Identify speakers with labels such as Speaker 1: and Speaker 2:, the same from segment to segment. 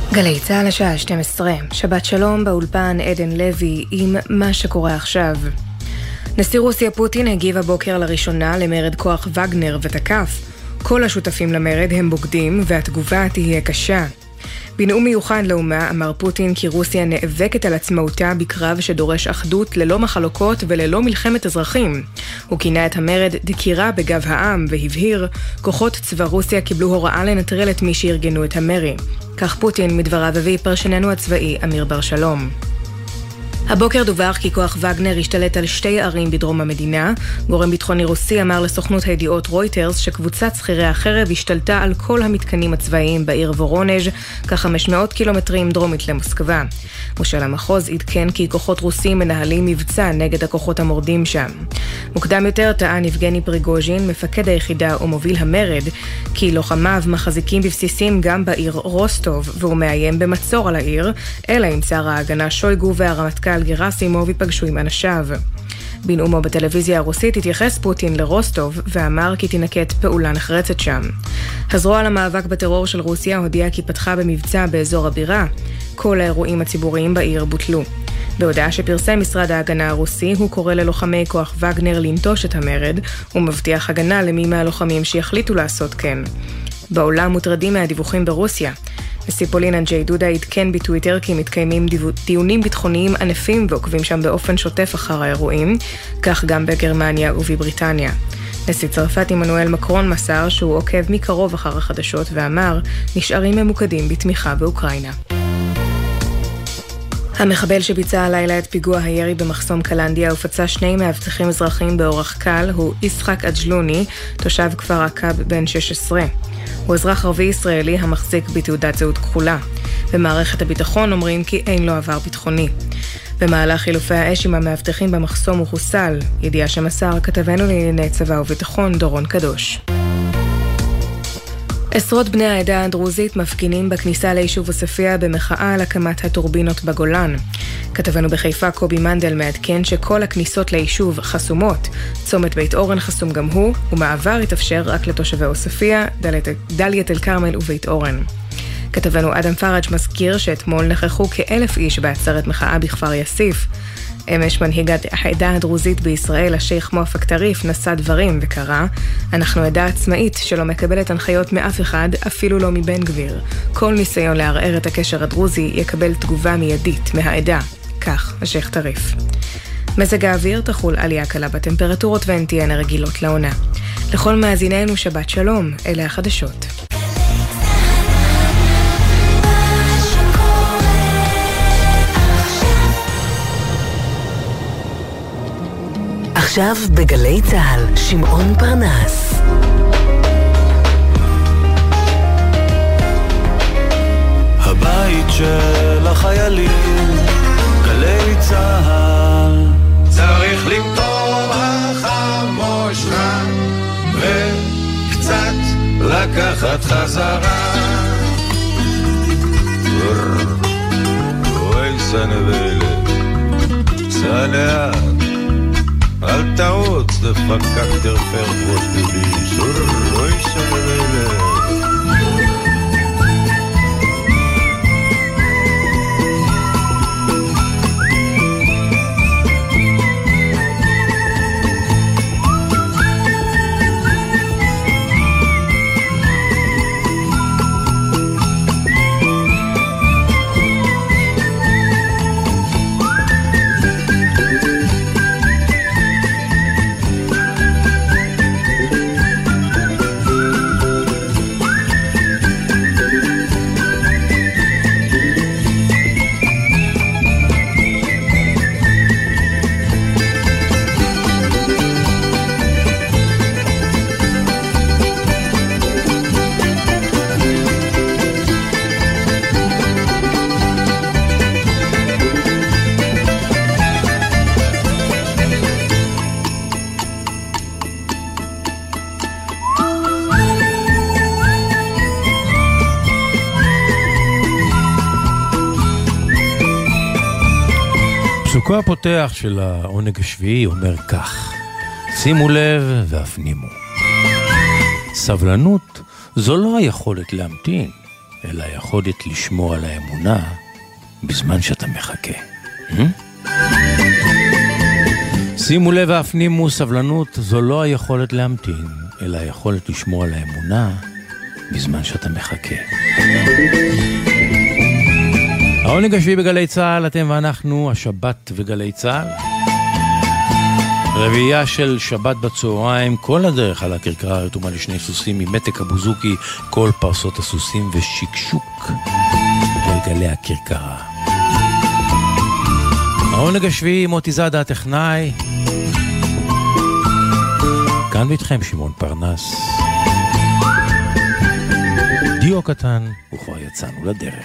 Speaker 1: גלי צהל השעה 12, שבת שלום באולפן עדן לוי עם מה שקורה עכשיו. נשיא רוסיה פוטין הגיב הבוקר לראשונה למרד כוח וגנר ותקף. כל השותפים למרד הם בוגדים והתגובה תהיה קשה. בנאום מיוחד לאומה אמר פוטין כי רוסיה נאבקת על עצמאותה בקרב שדורש אחדות ללא מחלוקות וללא מלחמת אזרחים. הוא כינה את המרד דקירה בגב העם והבהיר, כוחות צבא רוסיה קיבלו הוראה לנטרל את מי שארגנו את המרי. כך פוטין מדבריו הביא פרשננו הצבאי אמיר בר שלום. הבוקר דווח כי כוח וגנר השתלט על 2 ערים בדרום המדינה. גורם ביטחוני רוסי אמר לסוכנות הידיעות רויטרס שקבוצת שכירי החרב השתלטה על כל המתקנים הצבאיים בעיר וורונז' כ-500 קילומטרים דרומית למוסקבה. מושל המחוז עדכן כי כוחות רוסים מנהלים מבצע נגד הכוחות המורדים שם. מוקדם יותר טען יבגני פריגוז'ין, מפקד היחידה ומוביל המרד, כי לוחמיו מחזיקים בבסיסים גם בעיר רוסטוב, והוא מאיים במצור על העיר, אלא אם שר ההגנה שויגו והרמטכ"ל גרסימוב ייפגשו עם אנשיו. בנאומו בטלוויזיה הרוסית התייחס פוטין לרוסטוב ואמר כי תנקט פעולה נחרצת שם. הזרוע למאבק בטרור של רוסיה הודיעה כי פתחה במבצע באזור הבירה. כל האירועים הציבוריים בעיר בוטלו. בהודעה שפרסם משרד ההגנה הרוסי, הוא קורא ללוחמי כוח וגנר לנטוש את המרד ומבטיח הגנה למי מהלוחמים שיחליטו לעשות כן. בעולם מוטרדים מהדיווחים ברוסיה. נשיא פולין אנג'י דודה עדכן בטוויטר כי מתקיימים דיונים ביטחוניים ענפים ועוקבים שם באופן שוטף אחר האירועים, כך גם בגרמניה ובבריטניה. נשיא צרפת עמנואל מקרון מסר שהוא עוקב מקרוב אחר החדשות ואמר, נשארים ממוקדים בתמיכה באוקראינה. המחבל שביצע הלילה את פיגוע הירי במחסום קלנדיה ופצע 2 מאבטחים אזרחים באורח קל הוא יצחק אג'לוני, תושב כפר עקב בן 16. הוא אזרח ערבי ישראלי המחזיק בתעודת זהות כחולה. במערכת הביטחון אומרים כי אין לו עבר ביטחוני. במהלך חילופי האש עם המאבטחים במחסום הוא חוסל, ידיעה שמסר כתבנו לענייני צבא וביטחון דורון קדוש. עשרות בני העדה הדרוזית מפגינים בכניסה ליישוב עוספיה במחאה על הקמת הטורבינות בגולן. כתבנו בחיפה קובי מנדל מעדכן שכל הכניסות ליישוב חסומות. צומת בית אורן חסום גם הוא, ומעבר יתאפשר רק לתושבי עוספיה, דליית אל כרמל ובית אורן. כתבנו אדם פראג' מזכיר שאתמול נכחו כ1,000 איש בעצרת מחאה בכפר יאסיף. אמש מנהיגת העדה הדרוזית בישראל, השייך מואפק טריף, נשא דברים וקרא, אנחנו עדה עצמאית שלא מקבלת הנחיות מאף אחד, אפילו לא מבן גביר. כל ניסיון לערער את הקשר הדרוזי יקבל תגובה מיידית מהעדה. כך, השייך טריף. מזג האוויר תחול עלייה קלה בטמפרטורות והן תהיינה רגילות לעונה. לכל מאזינינו שבת שלום, אלה החדשות.
Speaker 2: עכשיו בגלי צהל, שמעון פרנס.
Speaker 3: הבית של החיילים, גלי צהל. צריך לקטור החמושך וקצת לקחת חזרה. אוי סנבלת, סלעת אל תעוץ לפקק דרפר פרוש בביש אוי סנבלת.
Speaker 4: פסוקו הפותח של העונג השביעי אומר כך: שימו לב והפנימו. סבלנות זו לא היכולת להמתין, אלא היכולת לשמור על האמונה בזמן שאתה מחכה. שימו לב והפנימו, סבלנות זו לא היכולת להמתין, אלא היכולת לשמור על האמונה בזמן שאתה מחכה. העונג השביעי בגלי צהל, אתם ואנחנו, השבת וגלי צהל. רביעייה של שבת בצהריים, כל הדרך על הכרכרה רתומה לשני סוסים ממתק הבוזוקי, כל פרסות הסוסים ושיקשוק גלגלי הכרכרה. העונג השביעי, מוטי זאדה הטכנאי. כאן ואיתכם שמעון פרנס. דיו קטן, וכבר יצאנו לדרך.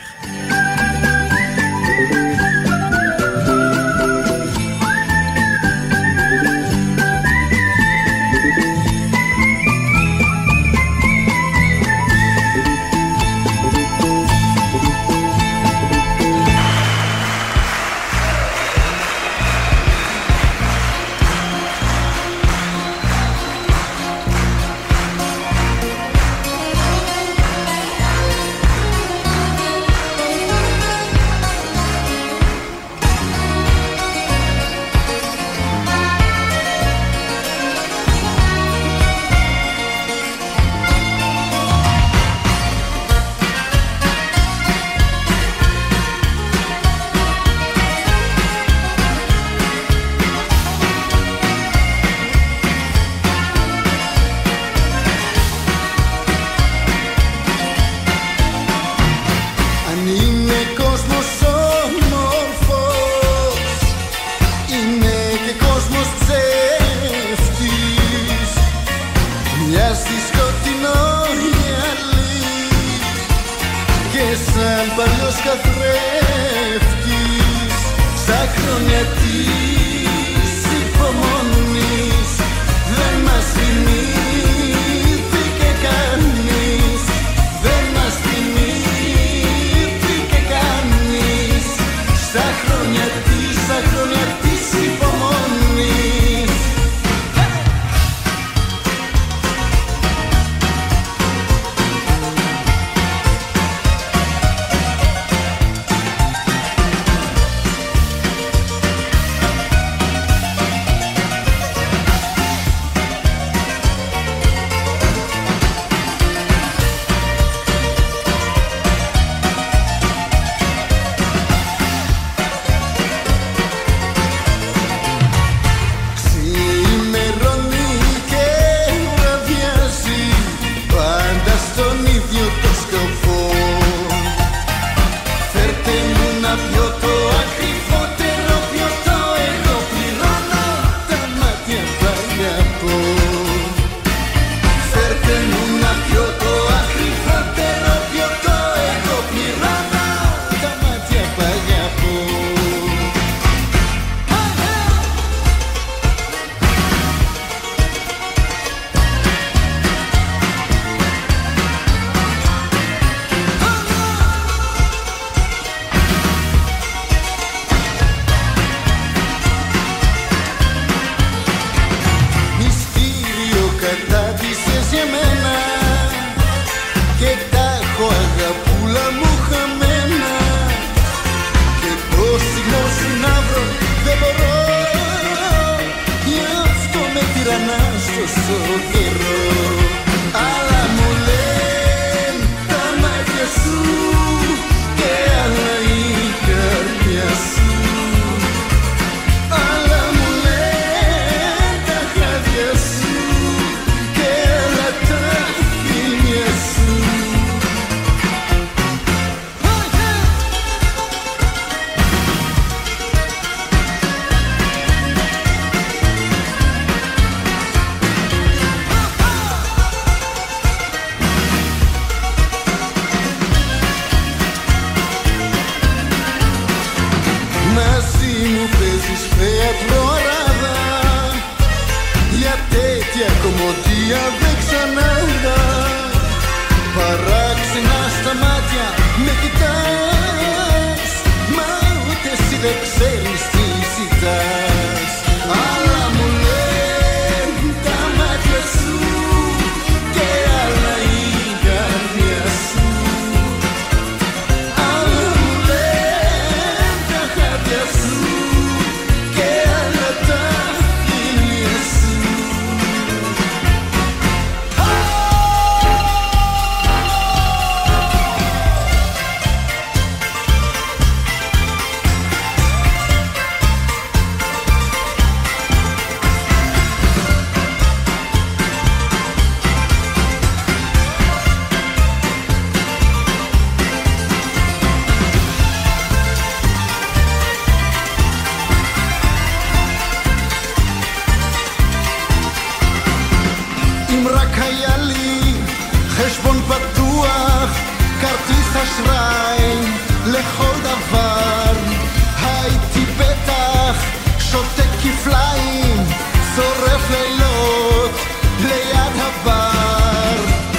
Speaker 5: דבר, הייתי בטח שותה כפליים, שורף לילות ליד הבר.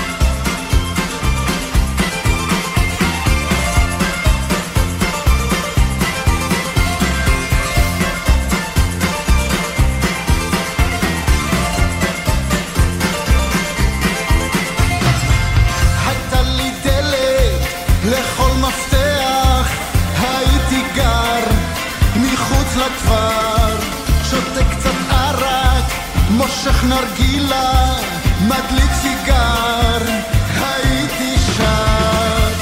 Speaker 5: הייתה לי דלת לכל מפתח, הייתי גר מחוץ לכפר, שותה קצת ערק, מושך נרגילה, מדליק סיגר, הייתי שט.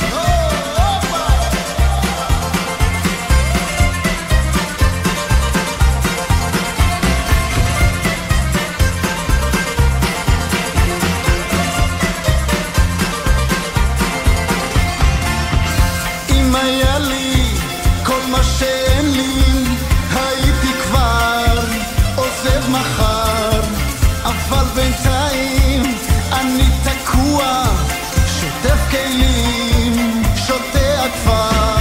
Speaker 5: אם היה לי כל מה שאין לי, הייתי כבר עוזב מחר, אבל בינתיים אני תקוע, שוטף כלים, שותה הכפר.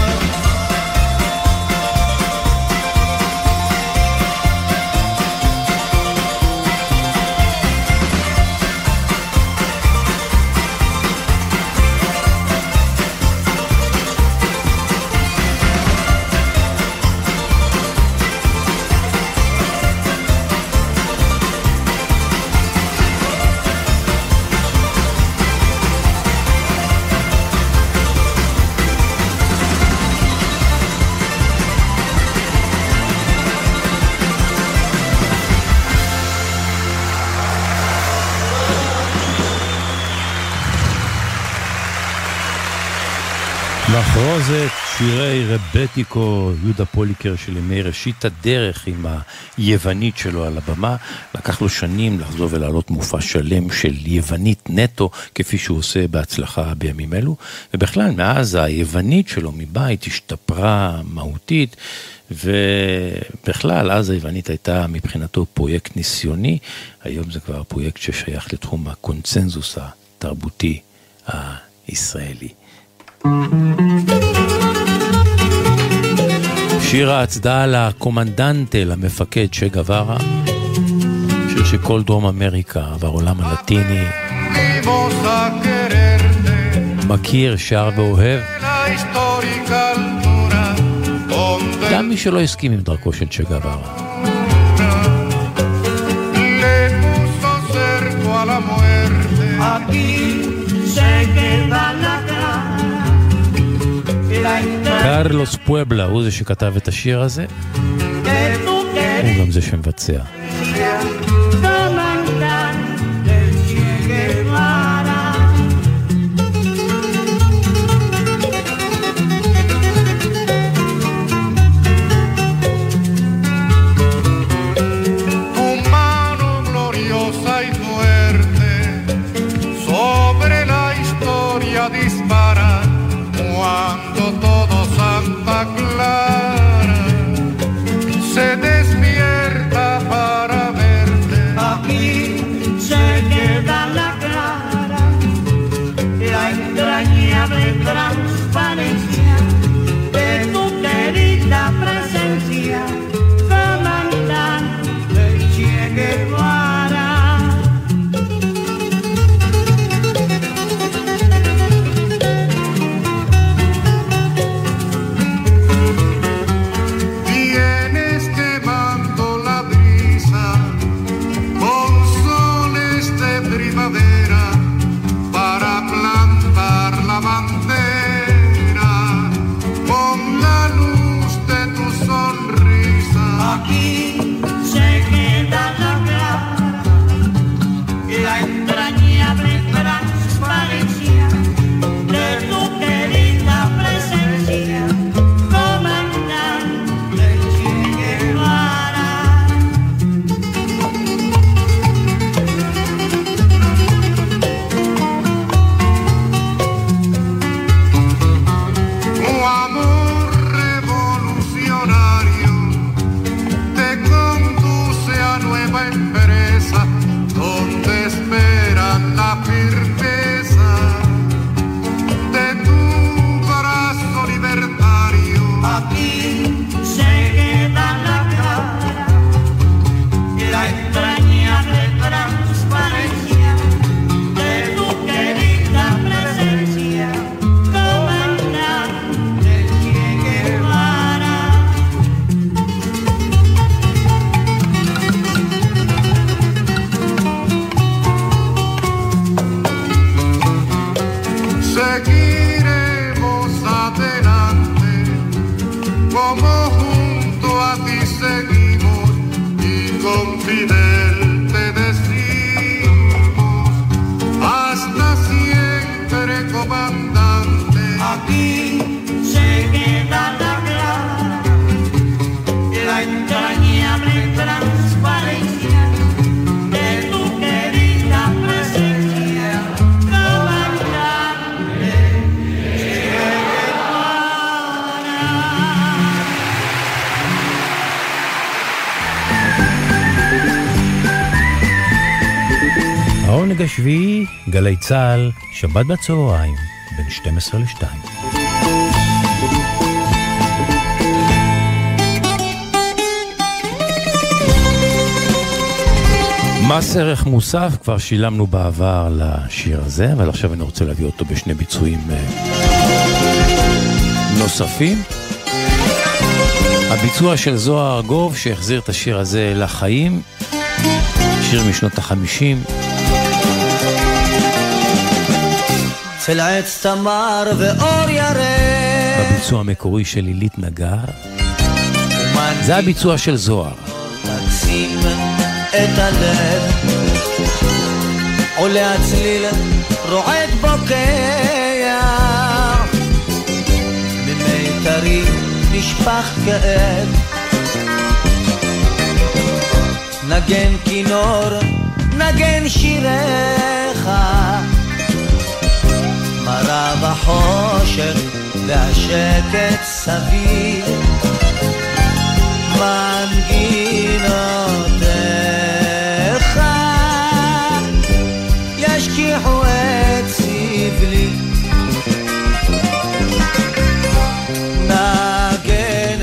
Speaker 4: לחרוזת שירי רבטיקו, יהודה פוליקר של ימי ראשית הדרך עם היוונית שלו על הבמה. לקח לו שנים לחזור ולעלות מופע שלם של יוונית נטו, כפי שהוא עושה בהצלחה בימים אלו. ובכלל, מאז היוונית שלו מבית השתפרה מהותית, ובכלל, אז היוונית הייתה מבחינתו פרויקט ניסיוני. היום זה כבר פרויקט ששייך לתחום הקונצנזוס התרבותי הישראלי. שיר ההצדעה לקומנדנטה, למפקד שגווארה, שיר שכל דרום אמריקה והעולם הלטיני מכיר, שר ואוהב, גם מי שלא הסכים עם דרכו של שגווארה. קרלוס פואבלה הוא זה שכתב את השיר הזה, הוא גם זה שמבצע.
Speaker 6: Cuando todo Santa Clara se despierta para ver como junto a ti seguimos y con Fidel te decimos hasta siempre, comandante.
Speaker 7: Aquí se queda la clara, la entrañable transparencia de tu querida presencia, comandante Che Guevara.
Speaker 4: העונג השביעי, גלי צהל, שבת בצהריים, בין 12 ל-2. מס ערך מוסף, כבר שילמנו בעבר לשיר הזה, אבל עכשיו אני רוצה להביא אותו בשני ביצועים נוספים. הביצוע של זוהר ארגוב שהחזיר את השיר הזה לחיים, שיר משנות ה-50.
Speaker 7: צל עץ תמר ואור ירק,
Speaker 4: בביצוע המקורי של לילית נגר. זה הביצוע של זוהר.
Speaker 7: תקסים את הלב, עולה הצליל רועד בוקע, ממיתרי נשפך כאב, נגן כינור, נגן שיריך, מראה בחושך והשקט סביב, מנגינותיך ישכיחו את סבלי, נגן,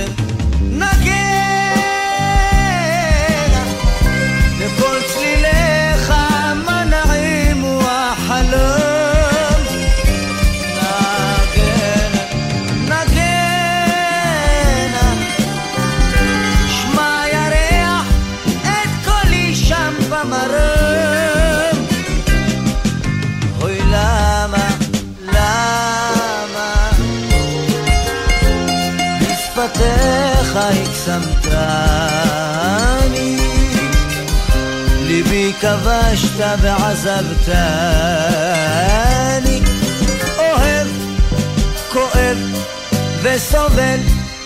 Speaker 7: נגן לכל צליליך מנעים וחלום, נגן, נגן שמע ירח את קולי שם במרום, אוי למה, למה בשפתיך הקסמתני, ליבי כבשת ועזבתני, אוהב, כואב וסובל,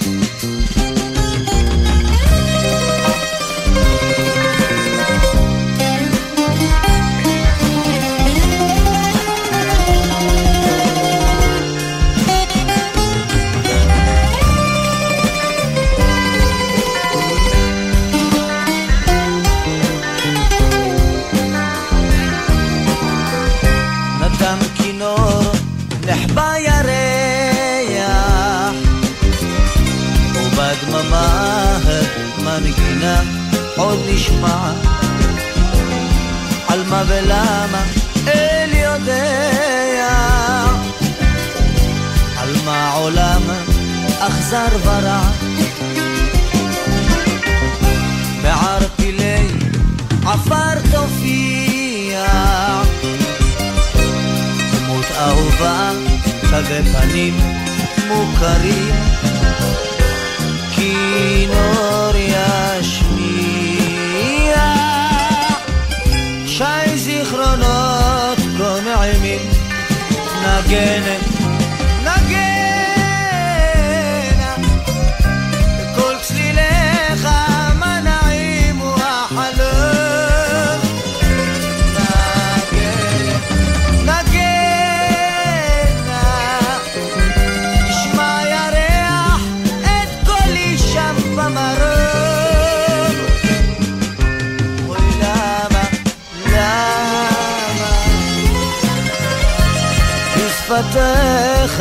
Speaker 7: נתם כינור נחבא ירח, ובדממה מנגינה עוד נשמע, על מה ולמה אל יודע, על מה עולם אכזר ורע, בערפילי עפר תופיע, דמות אהובה תווי פנים מוכרים, כינור ישמיע שי זיכרונות כה נעימים, נגנת, נגנה לכל צליליך מנעים וחלום, נגנת, נגנה נשמע ירח את קולי שם במרום, אוי למה, למה בשפתיך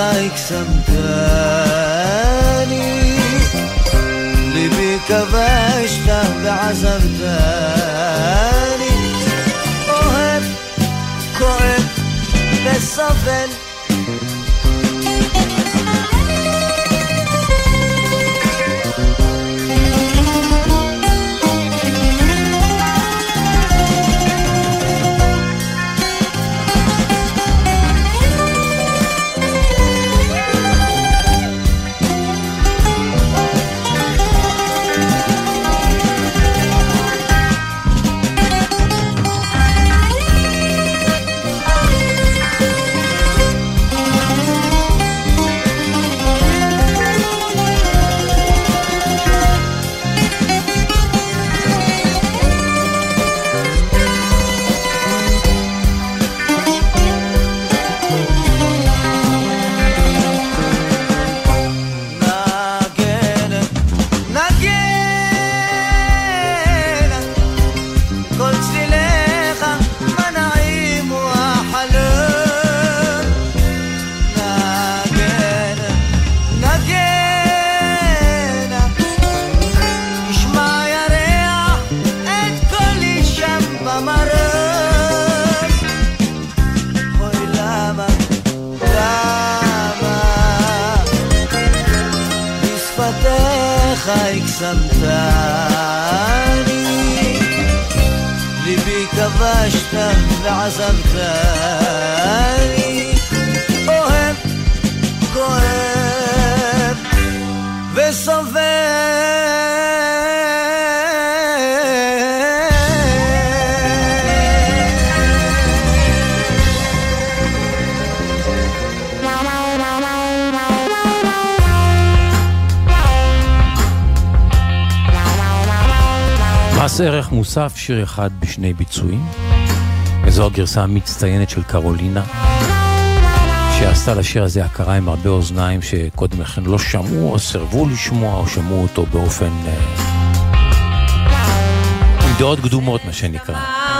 Speaker 7: הקסמתני, ליבי כבשת ועזבתני, אוהב, כואב וסובל, בשפתיך הקסמתני, ליבי כבשת ועזבתני, אוהב, כואב וסובל.
Speaker 4: מס ערך מוסף, שיר אחד בשני ביצועים. וזו הגרסה המצטיינת של קרולינה, שעשתה לשיר הזה הכרה עם הרבה אוזניים שקודם לכן לא שמעו או סרבו לשמוע או שמעו אותו באופן עם דעות קדומות, מה שנקרא.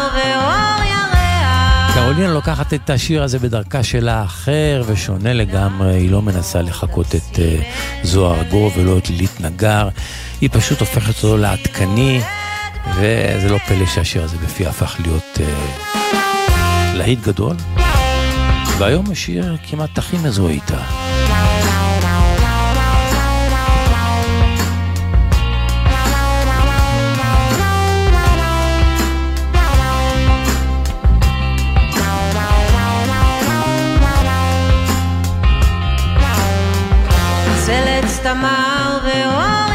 Speaker 4: קרולינה לוקחת את השיר הזה בדרכה שלה אחר ושונה לגמרי. היא לא מנסה לחכות את זוהר ארגוב ולא את לילית נגר, היא פשוט הופכת אותו לעדכני, וזה לא פלא שהשיר הזה בפי הפך להיות להיט גדול, והיום השיר כמעט הכי מזוהה איתה.
Speaker 8: צלץ תמר ואור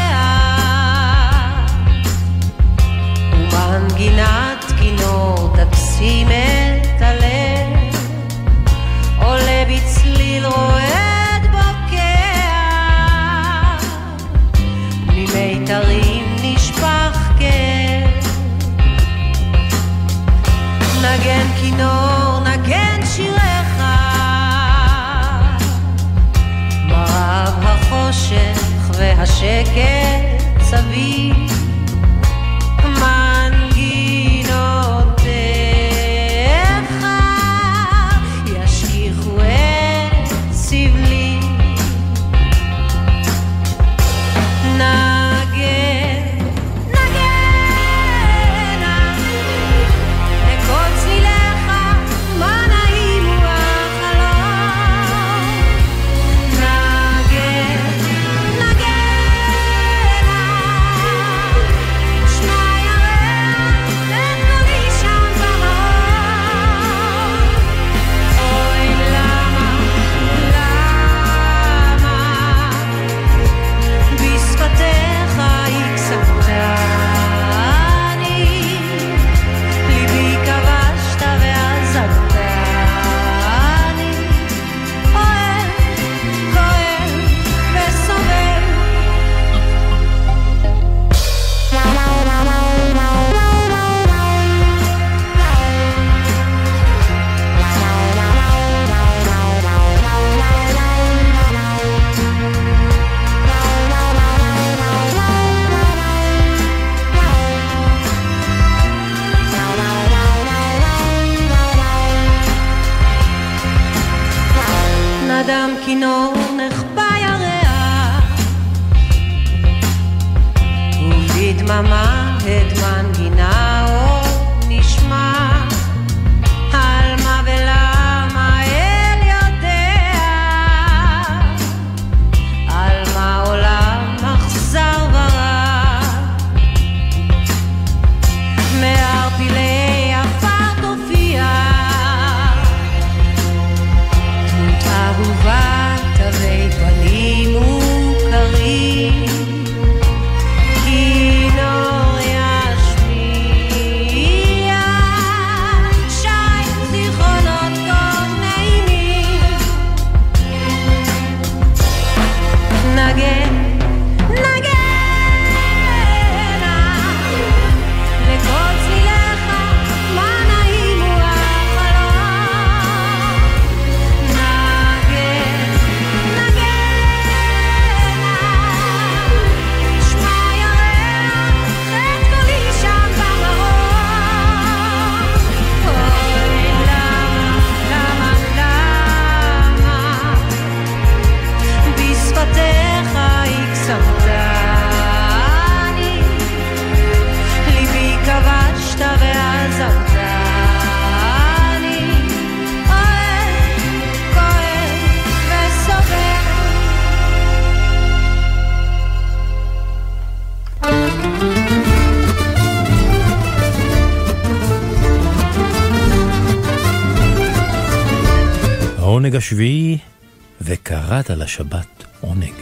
Speaker 8: מנגינת כינור תקסים את הלב, עולה בצליל רועד בוקע, ממיתרים נשפך כאב. נגן כינור, נגן שירך, מרב החושך והשקט סביב, אדם כינור נחבא ירח, ובדממה את מנגינה עוד נשמע, על מה ולמה אל יודע, על מה עולם אכזר ורע, מערפילי עפר תופיע אהובה תווי פנים מוכרים, כינור ישמיע
Speaker 4: העונג השביעי, וקראת לשבת עונג.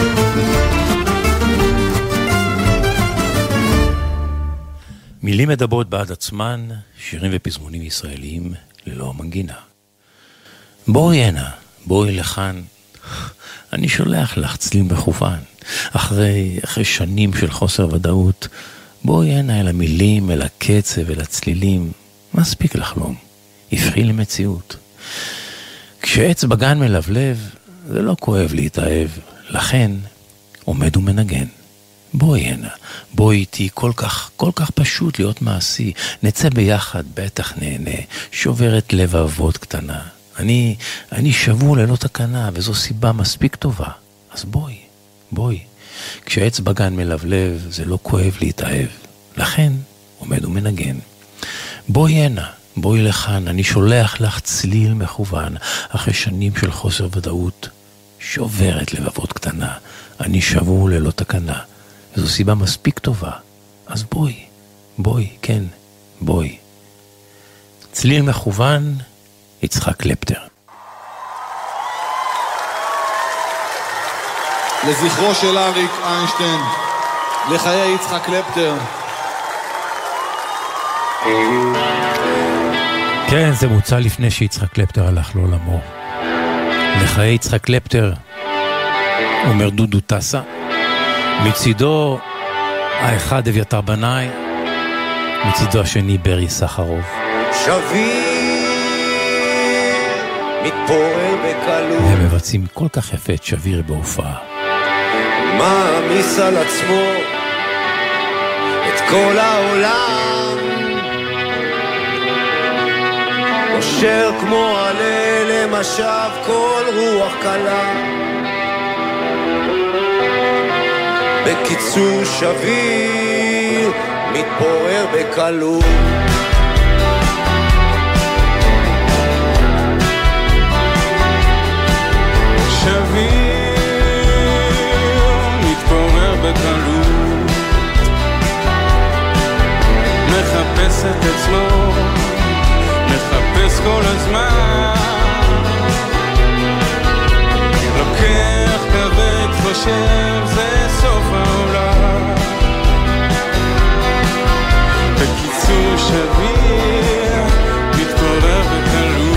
Speaker 4: מילים מדברות בעד עצמן, שירים ופזמונים ישראליים ללא מנגינה. בואי הנה, בואי לכאן, אני שולח לך צליל מכוון, אחרי שנים של חוסר ודאות, בואי הנה אל המילים, אל הקצב, אל הצלילים, מספיק לחלום, יפחי למציאות. כשעץ בגן מלבלב, זה לא כואב להתאהב, לכן עומד ומנגן. בואי הנה, בואי איתי, כל כך פשוט להיות מעשי, נצא ביחד, בטח נהנה, שוברת לב אבות קטנה. אני שבור ללא תקנה, וזו סיבה מספיק טובה. אז בואי. כשעץ בגן מלבלב, זה לא כואב להתאהב, לכן עומד ומנגן. בואי הנה, בואי לכאן, אני שולח לך צליל מכוון, אחרי שנים של חוסר ודאות, שוברת לבבות קטנה, אני שבור ללא תקנה, וזו סיבה מספיק טובה, אז בואי, כן, בואי. צליל מכוון, יצחק קלפטר.
Speaker 9: לזכרו של אריק איינשטיין, לחיי יצחק קלפטר.
Speaker 4: כן, זה מוצא לפני שיצחק קלפטר הלך לעולמו. לחיי יצחק קלפטר, אומר דודו טסה. מצידו האחד אביתר בנאי, מצידו השני ברי סחרוף.
Speaker 10: שביר מתפורר בקלות,
Speaker 4: הם מבצעים כל כך יפה את שביר בהופעה.
Speaker 10: מעמיס על עצמו את כל העולם, נושר כמו עלה למשב כל רוח קלה. בקיצור שביר מתפורר בקלות.
Speaker 11: בקלות מחפש את עצמו, מחפש כל הזמן, לוקח כבד, חושב זה סוף העולם. בקיצור שביר מתפורר בקלות.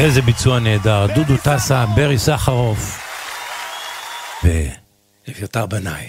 Speaker 4: איזה ביצוע נהדר, דודו טסה, ברי סחרוף ואביתר בנאי.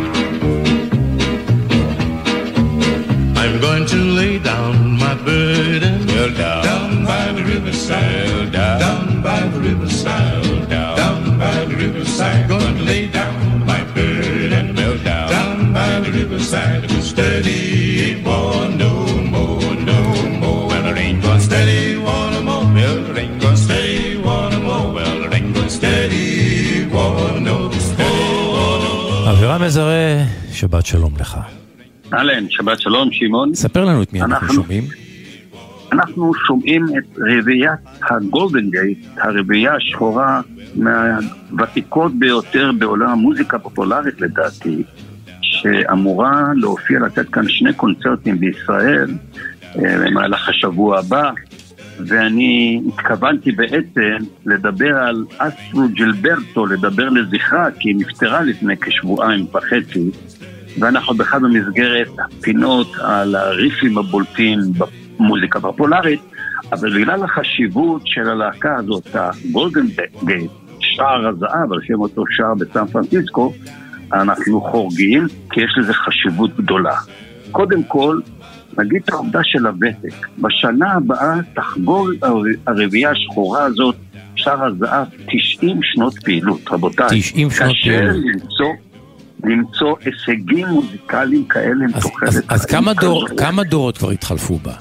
Speaker 3: I'm going to lay down my burden down by the riverside, down by the riverside, down by the riverside. Going to lay down my burden down by the riverside. Steady, ain't want no more, no more. Well, it ain't going steady, want more. Well, it ain't going steady, want more. Well, it ain't going steady, want no more.
Speaker 4: אבירם מזרה, שבת שלום לך.
Speaker 12: אהלן, שבת שלום, שמעון.
Speaker 4: ספר לנו את מי אנחנו שומעים.
Speaker 12: אנחנו שומעים את רביעיית הגולדן גייט, הרביעייה השחורה מהוותיקות ביותר בעולם המוזיקה הפופולרית לדעתי, שאמורה להופיע לתת כאן 2 קונצרטים בישראל במהלך השבוע הבא, ואני התכוונתי בעצם לדבר על אסטרו ג'ילברטו, לדבר לזכרה, כי היא נפטרה לפני כשבועיים וחצי, ואנחנו בכלל במסגרת הפינות על הריפים הבולטים במוזיקה הפופולרית, אבל בגלל החשיבות של הלהקה הזאת, הגולדן גייט, שער הזהב, על שם אותו שער בסן פרנסיסקו, אנחנו חורגים, כי יש לזה חשיבות גדולה. קודם כל, נגיד את העובדה של הוותק. בשנה הבאה תחגוג הרביעייה השחורה הזאת, שער הזהב, 90 שנות פעילות, רבותיי.
Speaker 4: 90 שנות פעילות.
Speaker 12: למצוא הישגים מוזיקליים כאלה.
Speaker 4: אז כמה דורות כבר התחלפו בה?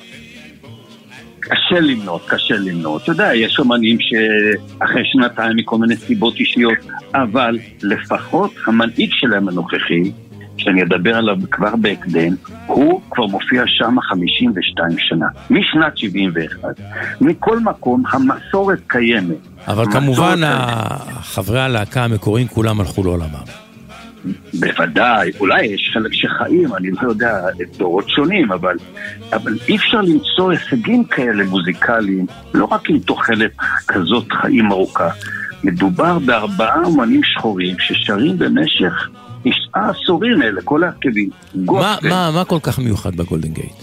Speaker 12: קשה למנות. אתה יודע, יש אומנים שאחרי שנתיים מכל מיני סיבות אישיות, אבל לפחות המנהיג שלהם הנוכחי, שאני אדבר עליו כבר בהקדם, הוא כבר מופיע שם 52 שנה, משנת 71. מכל מקום המסורת קיימת.
Speaker 4: אבל כמובן חברי הלהקה המקוריים כולם הלכו לעולמם.
Speaker 12: בוודאי, אולי יש חלק שחיים, אני לא יודע, דורות שונים, אבל אי אפשר למצוא הישגים כאלה מוזיקליים, לא רק עם תוחלת כזאת חיים ארוכה. מדובר ב4 אומנים שחורים ששרים במשך 9 עשורים אלה, כל ההרכבים.
Speaker 4: מה כל כך מיוחד בגולדן גייט?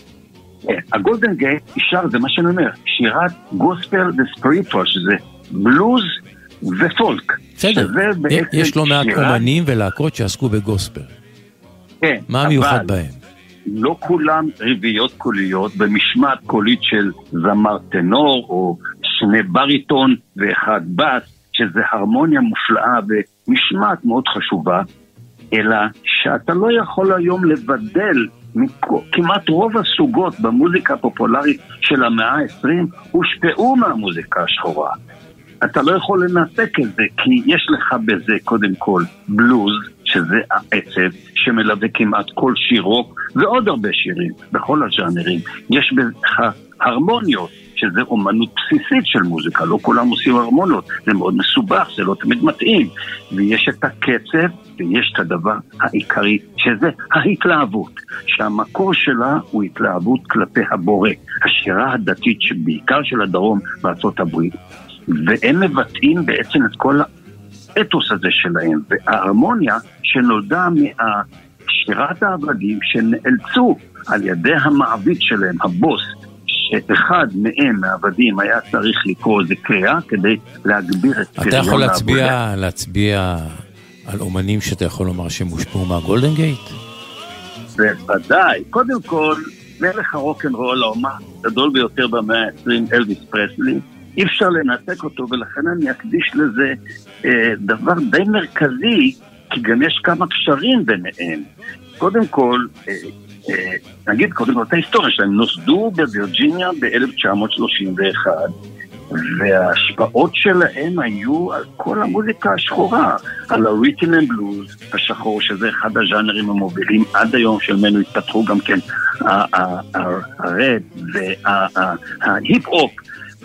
Speaker 12: הגולדן גייט שר, זה מה שאני אומר, שירת גוספל וספיריטואל, שזה בלוז ופולק.
Speaker 4: בסדר, יש לא מעט אומנים ולהקות שעסקו בגוספל.
Speaker 12: כן,
Speaker 4: מה מיוחד בהם?
Speaker 12: לא כולם רביעיות קוליות במשמעת קולית של זמר טנור או 2 בריטון ו1 בס, שזה הרמוניה מופלאה ומשמעת מאוד חשובה, אלא שאתה לא יכול היום לבדל כמעט רוב הסוגות במוזיקה הפופולרית של המאה ה-20 הושפעו מהמוזיקה השחורה. אתה לא יכול לנתק את זה, כי יש לך בזה קודם כל בלוז, שזה העצב שמלווה כמעט כל שיר רוק, ועוד הרבה שירים בכל הז'אנרים. יש בך הרמוניות, שזה אומנות בסיסית של מוזיקה, לא כולם עושים הרמוניות, זה מאוד מסובך, זה לא תמיד מתאים. ויש את הקצב, ויש את הדבר העיקרי, שזה ההתלהבות, שהמקור שלה הוא התלהבות כלפי הבורא, השירה הדתית שבעיקר של הדרום בארצות הברית, והם מבטאים בעצם את כל האתוס הזה שלהם, וההרמוניה שנולדה מהשירת העבדים שנאלצו על ידי המעביד שלהם, הבוס, שאחד מהם מהעבדים היה צריך לקרוא איזה קריאה כדי להגביר את
Speaker 4: אתה יכול להצביע על אומנים שאתה יכול לומר שהם הושפעו מהגולדן גייט?
Speaker 12: בוודאי, קודם כל מלך הרוק'נ'רול, האומן הגדול ביותר במאה ה-20, אלוויס פרסלי, אי אפשר לנתק אותו, ולכן אני אקדיש לזה דבר די מרכזי, כי גם יש כמה קשרים ביניהם. קודם כל, נגיד קודם כל את ההיסטוריה שלהם, נוסדו בווירג'יניה ב-1931, וההשפעות שלהם היו על כל המוזיקה השחורה, על הרית'ם אנד בלוז השחור, שזה אחד הז'אנרים המובילים עד היום שלמנו, התפתחו גם כן הרפ וההיפ-הופ,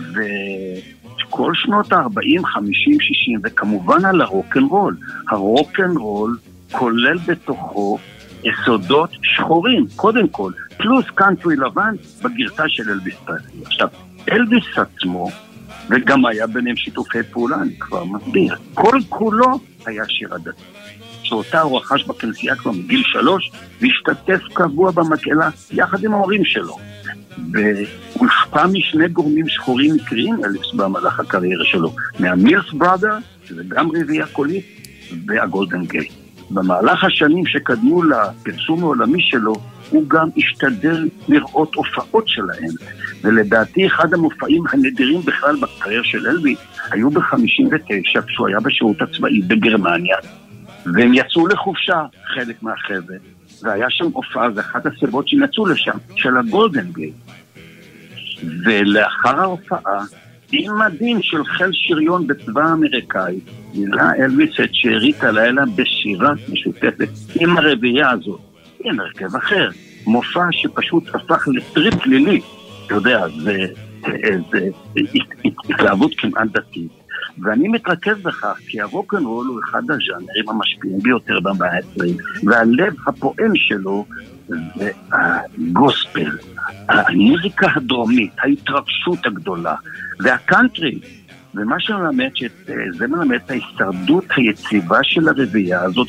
Speaker 12: וכל שנות ה-40, 50, 60, וכמובן על הרוק'נ'רול. הרוק'נ'רול כולל בתוכו יסודות שחורים, קודם כל, פלוס קאנטרי לבן בגרסה של אלוויס פרסלי. עכשיו, אלוויס עצמו, וגם היה ביניהם שיתופי פעולה, אני כבר מסביר, כל כולו היה שיר הדתי, שאותה הוא רכש בכנסייה כבר מגיל 3, והשתתף קבוע במקהלה יחד עם ההורים שלו. והוא השפע משני גורמים שחורים מקריים אלוויס במהלך הקריירה שלו, מהמילס בראדר, שזה גם רביעייה קולית, והגולדן גייט. במהלך השנים שקדמו לפרסום העולמי שלו, הוא גם השתדל לראות הופעות שלהם, ולדעתי אחד המופעים הנדירים בכלל בקריירה של אלוויס היו ב-59 כשהוא היה בשירות הצבאי בגרמניה, והם יצאו לחופשה חלק מהחבר'ה, והיה שם הופעה, זה אחת הסיבות שהם יצאו לשם, של הגולדן גייט. ולאחר ההופעה, עם מדהים של חיל שריון בצבא האמריקאי, גילה אלוויס את שארית הלילה בשירה משותפת עם הרביעייה הזאת, עם הרכב אחר, מופע שפשוט הפך לטריפ לילי, אתה יודע, זה התלהבות כמעט דתית. ואני מתרכז בכך כי הרוק'נ'רול הוא אחד הז'אנרים המשפיעים ביותר במאה ה-20, והלב הפועם שלו זה הגוספל, המוזיקה הדרומית, ההתרגשות הגדולה, והקאנטרי. ומה שמלמד, זה מלמד את ההישרדות היציבה של הרביעייה הזאת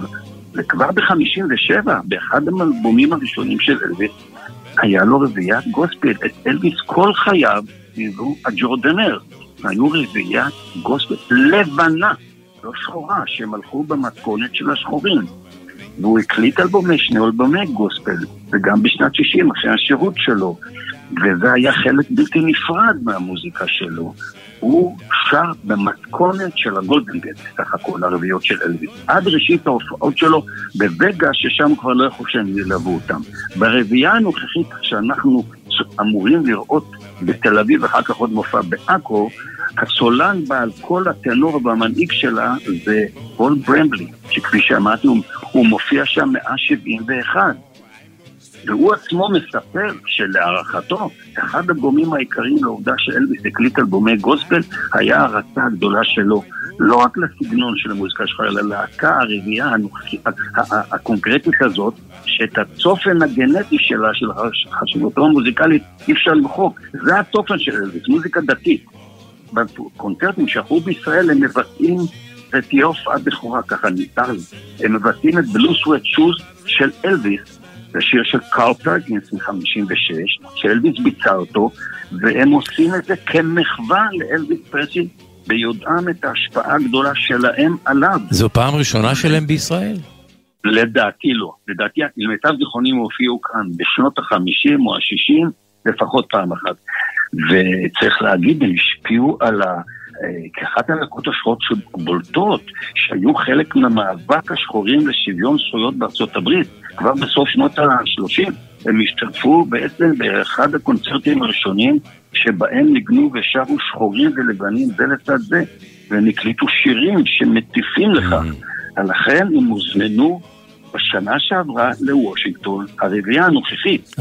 Speaker 12: כבר ב-57, באחד האלבומים הראשונים של אלוויס, היה לו רביעיית גוספל. את אלוויס כל חייו היו הג'ורדנר, היו רביעיית גוספל לבנה, לא שחורה, שהם הלכו במתכונת של השחורים. והוא הקליט שני אלבומי גוספל, וגם בשנת 60 אחרי השירות שלו, וזה היה חלק בלתי נפרד מהמוזיקה שלו. הוא שר במתכונת של הגולדן גייט, סך הכל הרביעיות של אלוויס, עד ראשית ההופעות שלו בווגה, ששם כבר לא יכול שהם ילוו אותם. ברביעייה הנוכחית שאנחנו אמורים לראות בתל אביב, אחר כך עוד מופע בעכו, הסולן בעל כל הטנור והמנהיג שלה זה פול ברמבלי, שכפי שאמרתי הוא מופיע שם 171, והוא עצמו מספר שלהערכתו אחד הגורמים העיקריים לעובדה שאלוויס הקליט אלבומי גוספל היה ההרצה הגדולה שלו, לא רק לסגנון של המוזיקה שלך, אלא להקה הרביעייה הקונקרטית הזאת, שאת הצופן הגנטי שלה, של חשיבותו המוזיקלית, אי אפשר למחוק. זה התופן של אלוויס, מוזיקה דתית. בקונצרטים שאחרו בישראל הם מבטאים את יופעה בכורה, ככה ניתן, הם מבטאים את בלו סווט שוז של אלוויס, זה שיר של קארל פרגינס מ-56, שאלוויס ביצע אותו, והם עושים את זה כמחווה לאלוויס פרסלי, ביודעם את ההשפעה הגדולה שלהם עליו.
Speaker 4: זו פעם ראשונה שלהם בישראל?
Speaker 12: לדעתי לא. לדעתי, למיטב זיכרונים הופיעו כאן בשנות ה-50 או ה-60, לפחות פעם אחת. וצריך להגיד, הם השפיעו על כאחת הלהקות השחורות שבולטות, שהיו חלק מהמאבק השחורים לשוויון זכויות בארצות הברית. כבר בסוף שנות ה-30 הם השתתפו בעצם באחד הקונצרטים הראשונים שבהם ניגנו ושרו שחורים ולבנים זה לצד זה, ונקליטו שירים שמטיפים לך. לכן הם הוזמנו בשנה שעברה לוושינגטון, הרביעייה הנוכחית,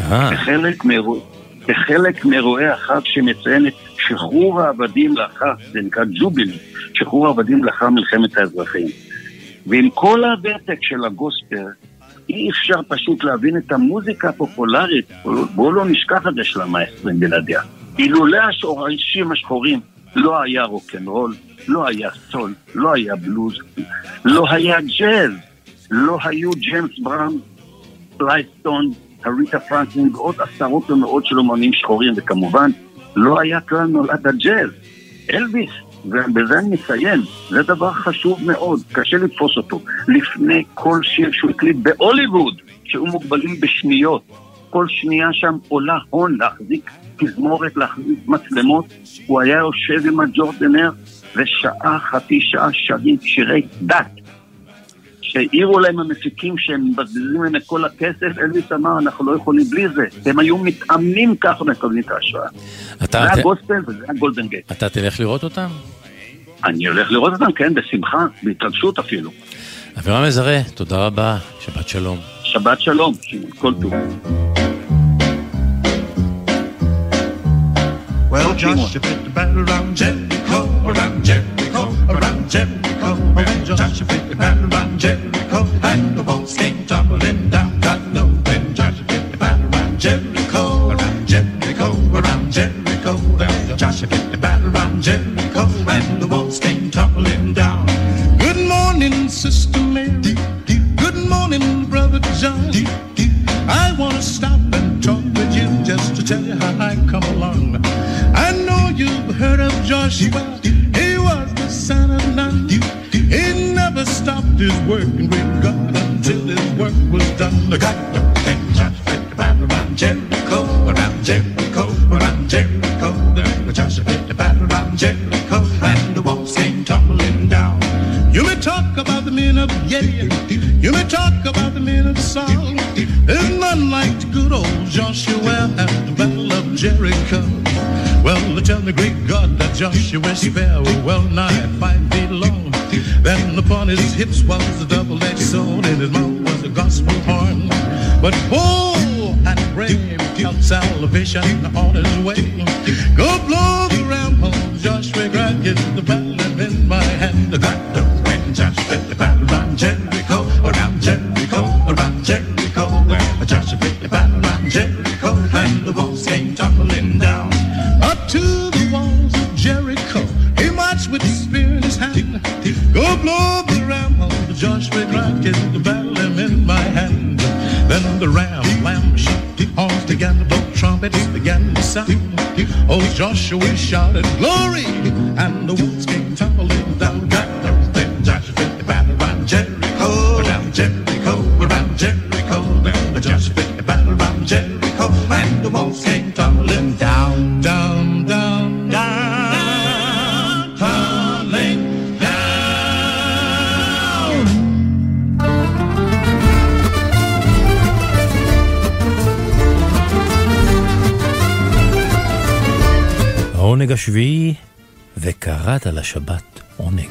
Speaker 12: כחלק מאירועי החג שמציין את שחרור העבדים לאחר, זה נקרא ג'ובילי, שחרור העבדים לאחר מלחמת האזרחים. ועם כל הוותק של הגוספל, אי אפשר פשוט להבין את המוזיקה הפופולרית, בואו לא נשכח את זה של המאה ה-20 בלעדיה. אילולא השורשים השחורים, לא היה רוק'נ'רול, לא היה סול, לא היה בלוז, לא היה ג'אז, לא היו ג'יימס בראון, פלייסטון, הריטה פרנקלין ועוד עשרות ומאות של אומנים שחורים, וכמובן לא היה כלל נולד הג'אז. אלוויס, ובזה אני מסיים, זה דבר חשוב מאוד, קשה לתפוס אותו. לפני כל שיר שהוא הקליט בהוליווד, שהוא מוגבלים בשניות, כל שנייה שם עולה הון להחזיק תזמורת, להחזיק מצלמות, הוא היה יושב עם הג'ורדנר ושעה, חצי שעה שרים שירי דת, שהעירו להם המפיקים שהם מבזבזים להם את כל הכסף. אלוויס אמר, אנחנו לא יכולים בלי זה. הם היו מתאמנים ככה ומקבלים את ההשראה. זה הגוספל וזה הגולדן גייט.
Speaker 4: אתה תלך לראות אותם?
Speaker 12: אני הולך לראות אותם, כן, בשמחה, בהתרגשות אפילו.
Speaker 4: אבירם מזרה, תודה רבה, שבת שלום.
Speaker 12: שבת שלום, כל טוב.
Speaker 6: Well, Joshua fit the battle around Jericho, around Jericho, around Jericho. Well, Joshua fit the battle around Jericho, and the walls came tumbling down. God knows when Joshua fit the battle around Jericho, around Jericho, around Jericho. Well, Joshua fit the battle around Jericho, and the walls came tumbling down. Good morning, Sister Mary. Good morning, Brother John. I want to stop and talk with you just to tell you how I come along. I know you've heard of Joshua. He was the son of Nun. He never stopped his work in great God until his work was done. The God of Joshua fit the battle around Jericho, around Jericho, around Jericho. The Joshua fit the battle around Jericho, and the walls came tumbling down. You may talk about the men of Gideon, you may talk about the men of Saul. There's none like the good old Joshua at the battle of Jericho. Well, tell the great God that Joshua fell well nigh 5 feet long. Then upon his hips was a double-edged sword, and his mouth was a gospel horn. But pull and brave out salvation on his way. Go blow the ram horn, Joshua cried, get the battle in my hand. The God of when Joshua the battle around Jericho, around Jericho, around Jericho. Where Joshua the battle around Jericho, and the walls came tumbling down. Up to the walls of Jericho, he marched with his spear in his hand. Go blow the ram horn, Joshua cried, get the battle in my hand. Then the lamb shot, horns began to blow, trumpets began to sound. Oh, Joshua shouted glory, and the walls came tumbling down. Then Joshua fit the battle around Jericho, around Jericho, around Jericho. Then Joshua fit the battle around Jericho, and the walls came tumbling down, down, down, down, tumbling down.
Speaker 4: העונג השביעי, וקראת לשבת עונג.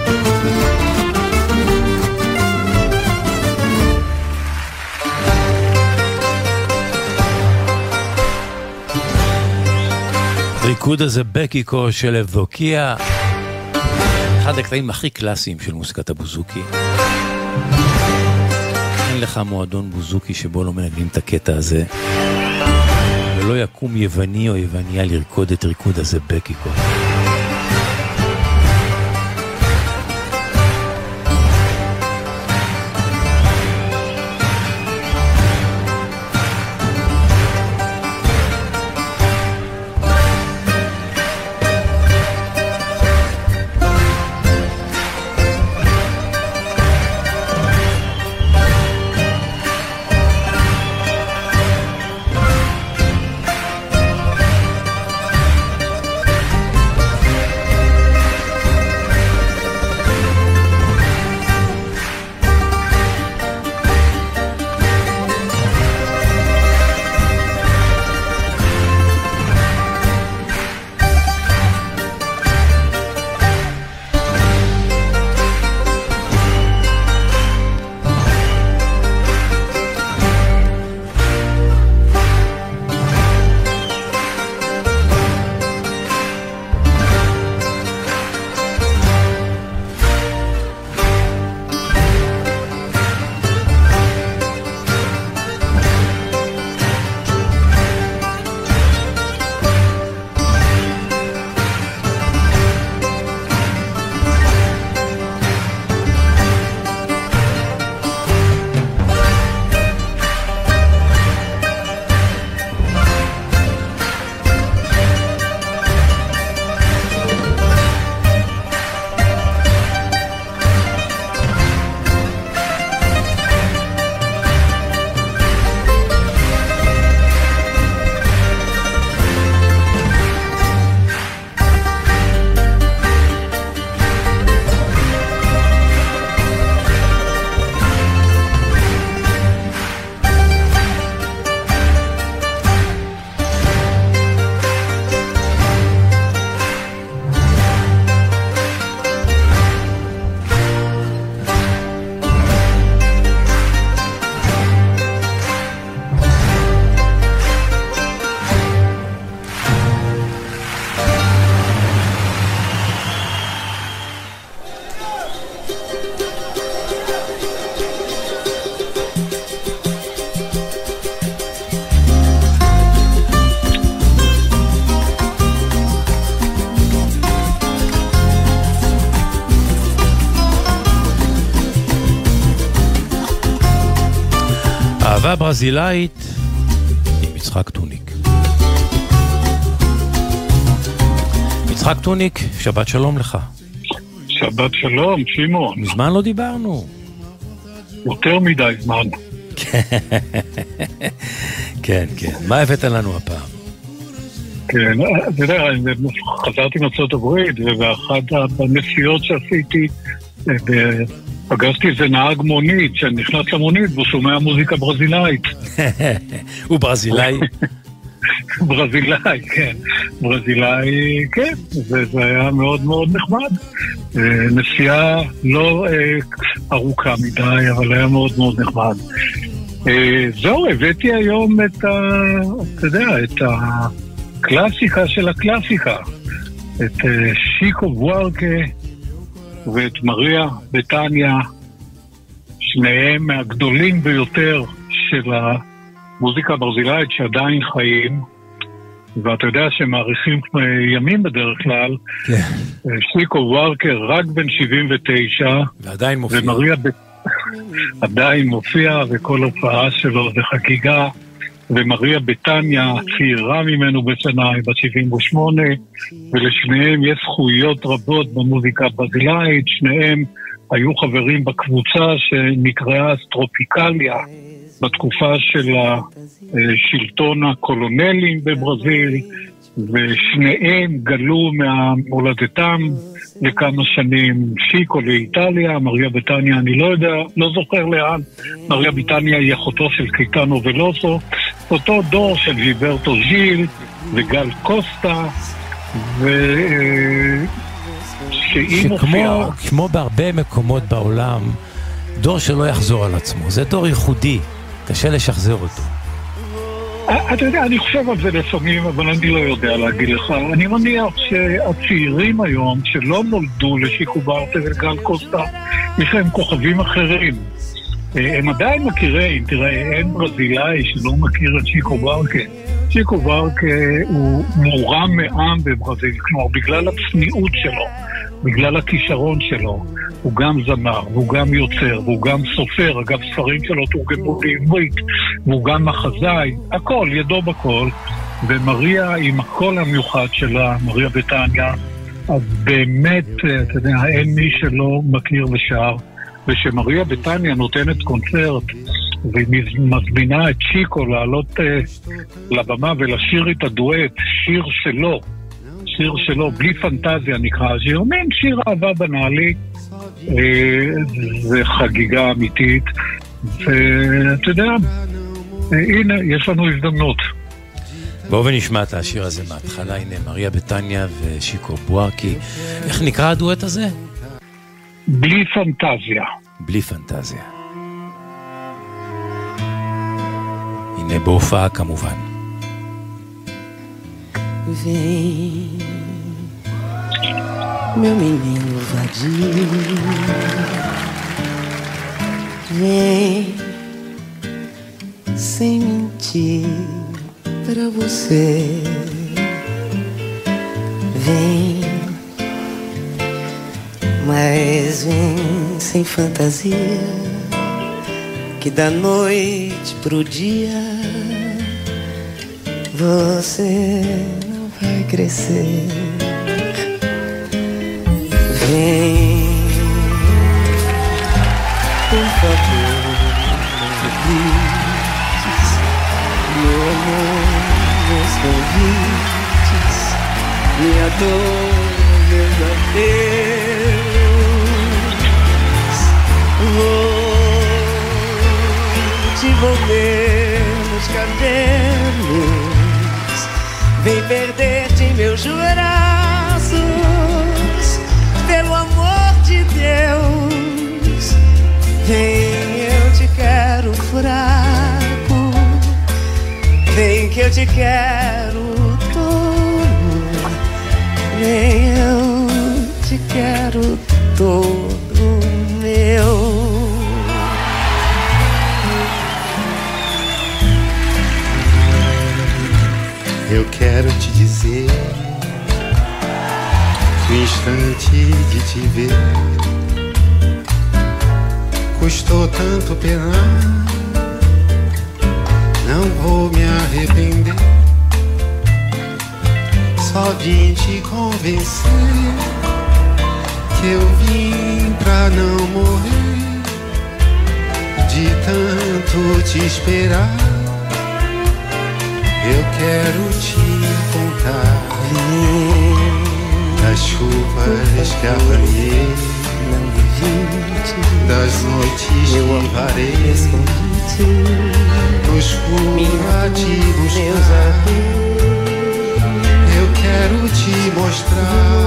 Speaker 4: ריקוד הזה בקיקו של אבדוקיה, אחד הקטעים הכי קלאסיים של מוזיקת הבוזוקי. אין לך מועדון בוזוקי שבו לא מנגנים את הקטע הזה, ולא יקום יווני או יווניה לרקוד את ריקוד הזה בקיקו. אהבה ברזילאית עם יצחק טוניק. יצחק טוניק, שבת שלום לך.
Speaker 13: שבת שלום, שמעון.
Speaker 4: מזמן לא דיברנו.
Speaker 13: יותר מדי זמן.
Speaker 4: כן, כן. מה הבאת לנו הפעם?
Speaker 13: כן, אתה יודע, חזרתי מארצות הברית, ואחת הנסיעות שעשיתי, פגשתי איזה נהג מונית, שנכנס למונית והוא שומע מוזיקה ברזילאית.
Speaker 4: הוא ברזילאי?
Speaker 13: ברזילאי, כן. ברזילאי, כן. וזה היה מאוד מאוד נחמד. נסיעה לא ארוכה מדי, אבל היה מאוד מאוד נחמד. זהו, הבאתי היום אתה יודע, את הקלאסיקה של הקלאסיקה. את שיקו בוארקה ואת מריה בטניה, שניהם מהגדולים ביותר של המוזיקה הברזילאית שעדיין חיים, ואתה יודע שמעריכים ימים בדרך כלל. שיקו בוארקה רק בן 79,
Speaker 4: ועדיין מופיע.
Speaker 13: ומריה עדיין מופיע, וכל הופעה שלו זה חגיגה, ומריה בטניה צעירה ממנו בשנה, בת 78, ולשניהם יש זכויות רבות במוזיקה הברזילאית. שניהם היו חברים בקבוצה שנקראה אסטרופיקליה, בתקופה של השלטון הקולונלים בברזיל, ושניהם גלו מהמולדתם לכמה שנים. שיקו לאיטליה, מריה בטניה אני לא יודע, לא זוכר לאן. מריה בטניה היא אחותו של קיטנו ולוסו, אותו דור של ג'יברטו ז'יל וגל קוסטה,
Speaker 4: כמו בהרבה מקומות בעולם, דור שלא יחזור על עצמו. זה דור ייחודי, קשה לשחזר אותו.
Speaker 13: אתה יודע, אני חושב על זה לפעמים, אבל אני לא יודע להגיד לך. אני מניח שהצעירים היום, שלא נולדו לשיקו בוארקה וגל קוסטה, יש להם כוכבים אחרים. הם עדיין מכירים, תראה, אין ברזילאי שלא מכיר את שיקו בוארקה. שיקו בוארקה הוא מורם מעם בברזיל, כלומר, בגלל הצניעות שלו, בגלל הכישרון שלו. הוא גם זמר, והוא גם יוצר, והוא גם סופר, אגב ספרים שלו תורגמו בעברית, והוא גם מחזאי, הכל, ידו בכל. ומריה עם הקול המיוחד שלה, מריה בטניה, אז באמת, אתה יודע, אין מי שלא מכיר ושר, ושמריה בטניה נותנת קונצרט, והיא מזמינה את שיקו לעלות לבמה ולשיר את הדואט, שיר שלו, בלי פנטזיה נקרא, שאומרים שיר אהבה בנאלי, זה חגיגה אמיתית, ואתה יודע, הנה, יש לנו הזדמנות.
Speaker 4: בואו ונשמע את השיר הזה מההתחלה. הנה, מריה בטניה ושיקו בוארקה. איך נקרא הדואט הזה?
Speaker 13: בלי פנטזיה.
Speaker 4: בלי פנטזיה. הנה בהופעה כמובן.
Speaker 14: Meu menino vadio, vem sem mentir pra você, vem, mas vem sem fantasia, que da noite pro dia você não vai crescer. Vem, por favor, convites, meu amor, meus convites, minha dor, meus adeus. Vou te envolver nos cabelos, vem perder-te em meus braços. Pelo amor de Deus, vem, eu te quero fraco, vem que eu te quero todo, vem, eu te quero todo meu.
Speaker 15: Eu quero te dizer, no instante de te ver, custou tanto penar, não vou me arrepender. Só vim te convencer que eu vim pra não morrer de tanto te esperar. Eu quero te contar das chuvas que apanhei, das noites que varei nos curativos. Eu quero te mostrar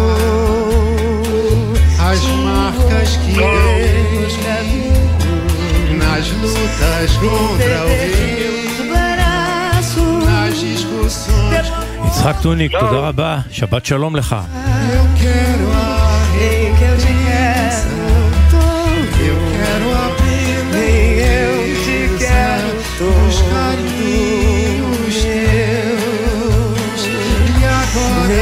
Speaker 15: as marcas que ganhei nas lutas contra o rei, nas discussões.
Speaker 4: יצחק טוניק, תודה רבה, שבת שלום לך.
Speaker 15: Eu quero eu te quero aprender, eu te quero os carinhos teus. E agora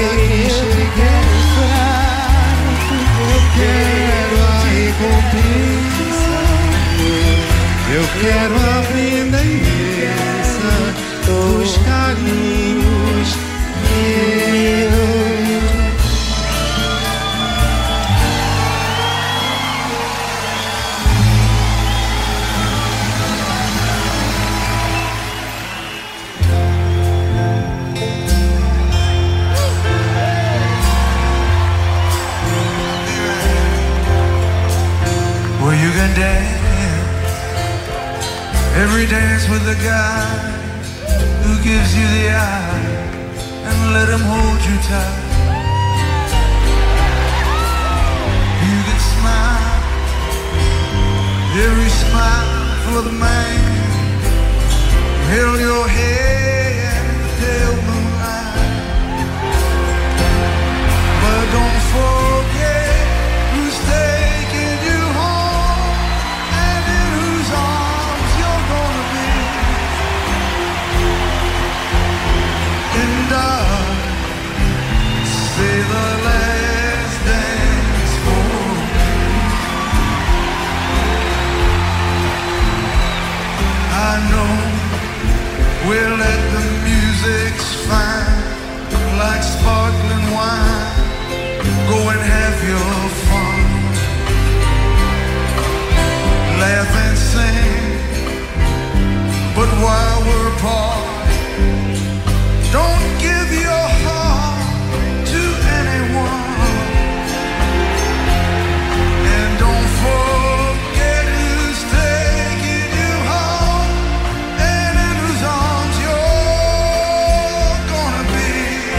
Speaker 15: eu quero a recompensa, eu quero a venda imensa dos carinhos teus.
Speaker 16: You can dance every dance with the guy who gives you the eye, and let him hold you tight. You can smile every smile for the man who held your head in the pale moonlight. But don't forget who's taking you home and in whose arms you're gonna be. And darling, say the last dance for me. I know we'll let the music's fine, like sparkling wine. Go and have your fun, laugh and sing. But while we're apart, don't give your heart to anyone, and don't forget who's taking you home and in whose arms you're gonna be.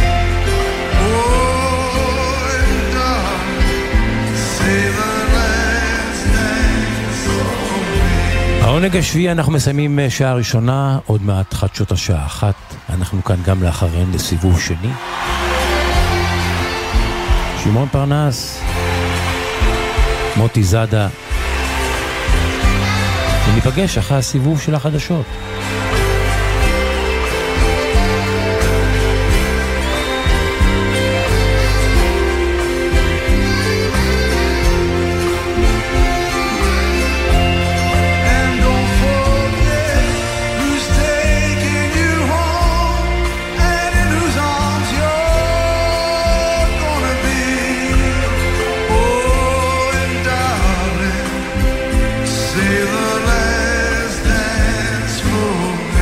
Speaker 16: Oh, and darling, say the last dance for me.
Speaker 4: העונג השביעי, אנחנו מסיימים שעה ראשונה, עוד מעט חדשות השעה 1. אנחנו כאן גם לאחריהן לסיבוב שני. שמעון פרנס, מוטי זאדה, וניפגש אחרי הסיבוב של החדשות.
Speaker 16: Say the last dance for me.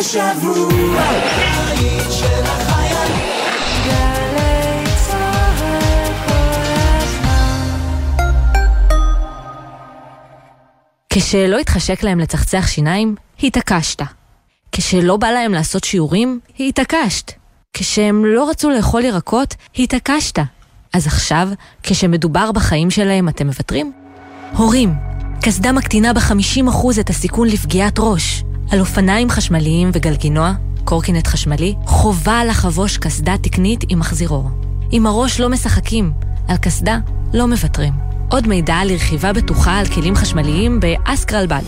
Speaker 17: שבוע, הבית של החיילים. גלי צהל כל הזמן.
Speaker 18: כשלא התחשק להם לצחצח שיניים, התעקשת. כשלא בא להם לעשות שיעורים, התעקשת. כשהם לא רצו לאכול ירקות, התעקשת. אז עכשיו, כשמדובר בחיים שלהם, אתם מוותרים? הורים, קסדה מקטינה ב-50% את הסיכון לפגיעת ראש. על אופניים חשמליים וגלגינוע, קורקינט חשמלי, חובה לחבוש קסדה תקנית עם מחזירור. עם הראש לא משחקים, על קסדה לא מוותרים. עוד מידע על רכיבה בטוחה על כלים חשמליים באסקרלבד.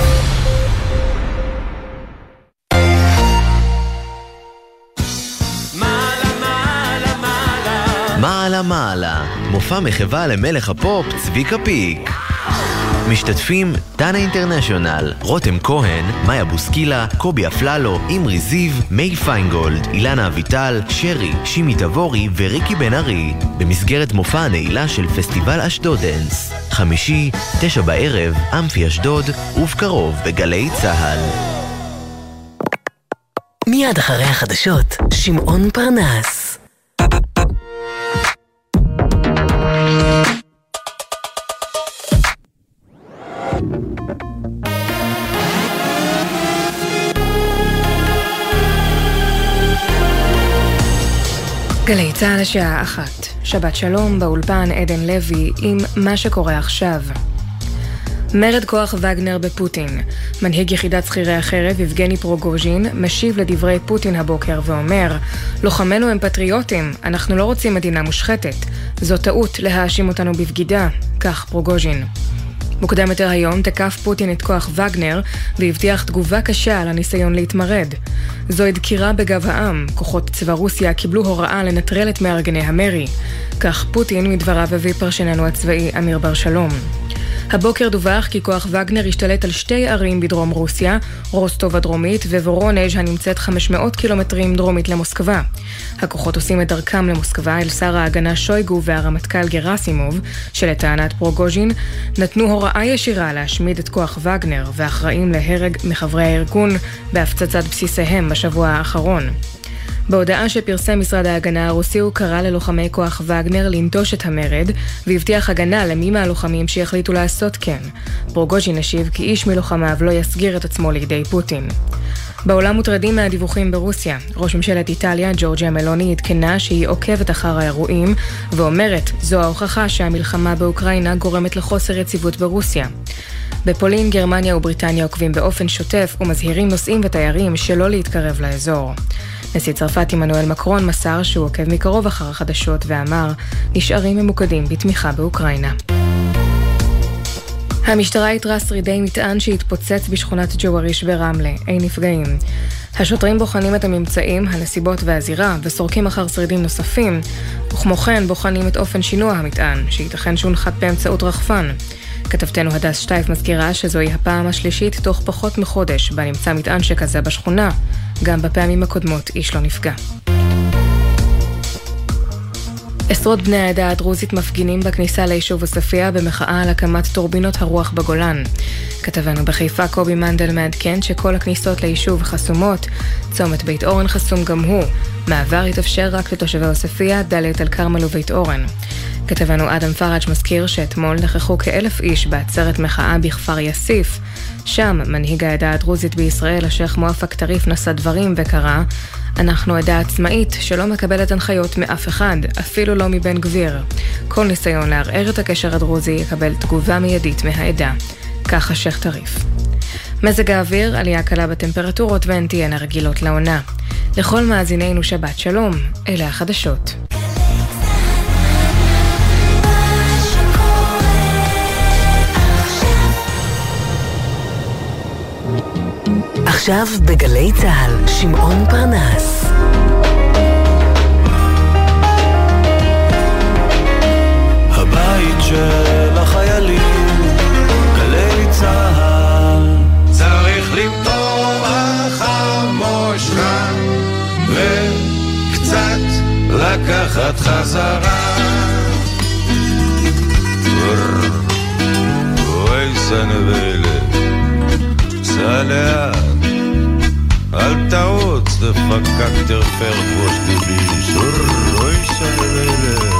Speaker 19: מעלה מעלה, מופע מחווה למלך הפופ צביקה פיק. משתתפים דנה אינטרנשיונל, רותם כהן, מאיה בוסקילה, קובי אפללו, אמרי זיו, מי פיינגולד, אילנה אביטל, שרי, שימי תבורי וריקי בן ארי, במסגרת מופע הנעילה של פסטיבל אשדודנס. חמישי, 9 בערב, אמפי אשדוד, ובקרוב בגלי צהל.
Speaker 2: מיד אחרי החדשות, שמעון פרנס.
Speaker 1: גלי צהל השעה 1. שבת שלום באולפן עדן לוי עם מה שקורה עכשיו. מרד כוח וגנר בפוטין. מנהיג יחידת שכירי החרב יבגני פרוגוז'ין משיב לדברי פוטין הבוקר ואומר: לוחמנו הם פטריוטים, אנחנו לא רוצים מדינה מושחתת. זו טעות להאשים אותנו בבגידה, כך פרוגוז'ין. מוקדם יותר היום תקף פוטין את כוח וגנר והבטיח תגובה קשה על הניסיון להתמרד. זו דקירה בגב העם, כוחות צבא רוסיה קיבלו הוראה לנטרל את מארגני המרי. כך פוטין מדבריו הביא פרשננו הצבאי אמיר בר שלום. הבוקר דווח כי כוח וגנר השתלט על 2 ערים בדרום רוסיה, רוסטוב הדרומית ווורונז' הנמצאת 500 קילומטרים דרומית למוסקבה. הכוחות עושים את דרכם למוסקבה אל שר ההגנה שויגו והרמטכ"ל גרסימוב, שלטענת פרוגוז'ין נתנו הוראה ישירה להשמיד את כוח וגנר ואחראים להרג מחברי הארגון בהפצצת בסיסיהם בשבוע האחרון. בהודעה שפרסם משרד ההגנה הרוסי הוא קרא ללוחמי כוח וגנר לנטוש את המרד והבטיח הגנה למי מהלוחמים שיחליטו לעשות כן. פרוגוז'ין השיב כי איש מלוחמיו לא יסגיר את עצמו לידי פוטין. בעולם מוטרדים מהדיווחים ברוסיה. ראש ממשלת איטליה ג'ורג'יה מלוני עדכנה שהיא עוקבת אחר האירועים ואומרת זו ההוכחה שהמלחמה באוקראינה גורמת לחוסר יציבות ברוסיה. בפולין, גרמניה ובריטניה עוקבים באופן שוטף ומזהירים נוסעים ותיירים שלא להתקרב לאזור. נשיא צרפת עמנואל מקרון מסר שהוא עוקב מקרוב אחר החדשות ואמר נשארים ממוקדים בתמיכה באוקראינה. המשטרה יתרה שרידי מטען שהתפוצץ בשכונת ג'ואריש ברמלה. אין נפגעים. השוטרים בוחנים את הממצאים, הנסיבות והזירה וסורקים אחר שרידים נוספים, וכמו כן בוחנים את אופן שינוע המטען, שייתכן שהונחת באמצעות רחפן. כתבתנו הדס שטייף מזכירה שזוהי הפעם השלישית תוך פחות מחודש בה נמצא מטען שכזה בשכונה. גם בפעמים הקודמות איש לא נפגע. עשרות בני העדה הדרוזית מפגינים בכניסה ליישוב עוספיה במחאה על הקמת טורבינות הרוח בגולן. כתבנו בחיפה קובי מנדל מעדכן שכל הכניסות ליישוב חסומות, צומת בית אורן חסום גם הוא. מעבר יתאפשר רק לתושבי עוספיה, דלית אל כרמל ובית אורן. כתבנו אדם פראג' מזכיר שאתמול נכחו כ1,000 איש בעצרת מחאה בכפר יסיף. שם מנהיג העדה הדרוזית בישראל, השייח מואפק טריף, נשא דברים וקרא: אנחנו עדה עצמאית שלא מקבלת הנחיות מאף אחד, אפילו לא מבן גביר. כל ניסיון לערער את הקשר הדרוזי יקבל תגובה מיידית מהעדה. כך השייח טריף. מזג האוויר, עלייה קלה בטמפרטורות והן תהיינה רגילות לעונה. לכל מאזינינו שבת שלום, אלה החדשות.
Speaker 2: עכשיו בגלי צהל, שמעון פרנס.
Speaker 17: הבית של החיילים, גלי צהל. צריך למתוח המושכן וקצת לקחת חזרה. אוי סנבלת, סע לאט, אל תעוץ לפקקטר פרקוש דיביש אוי שיילה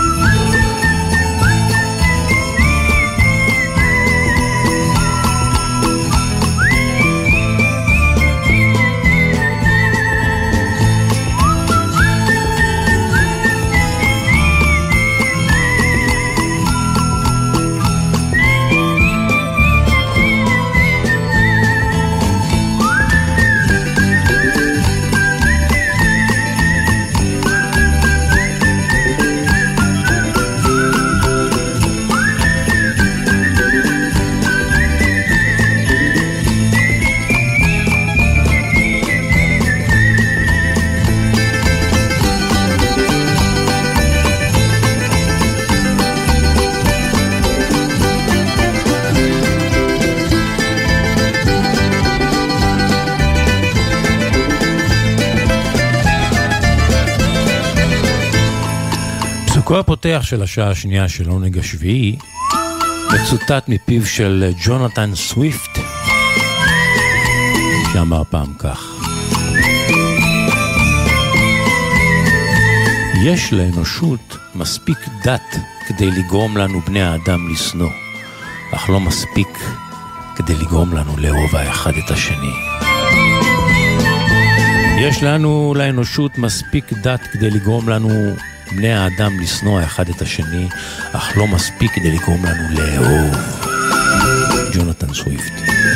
Speaker 4: פסוקו הפותח של השעה השנייה של עונג השביעי מצוטט מפיו של ג'ונתן סוויפט שאמר פעם כך: יש לאנושות מספיק דת כדי לגרום לנו בני האדם לשנוא, אך לא מספיק כדי לגרום לנו לאהוב האחד את השני. יש לנו לאנושות מספיק דת כדי לגרום לנו בני האדם לשנוא האחד את השני, אך לא מספיק כדי לגרום לנו לאהוב. ג'ונתן סוויפט.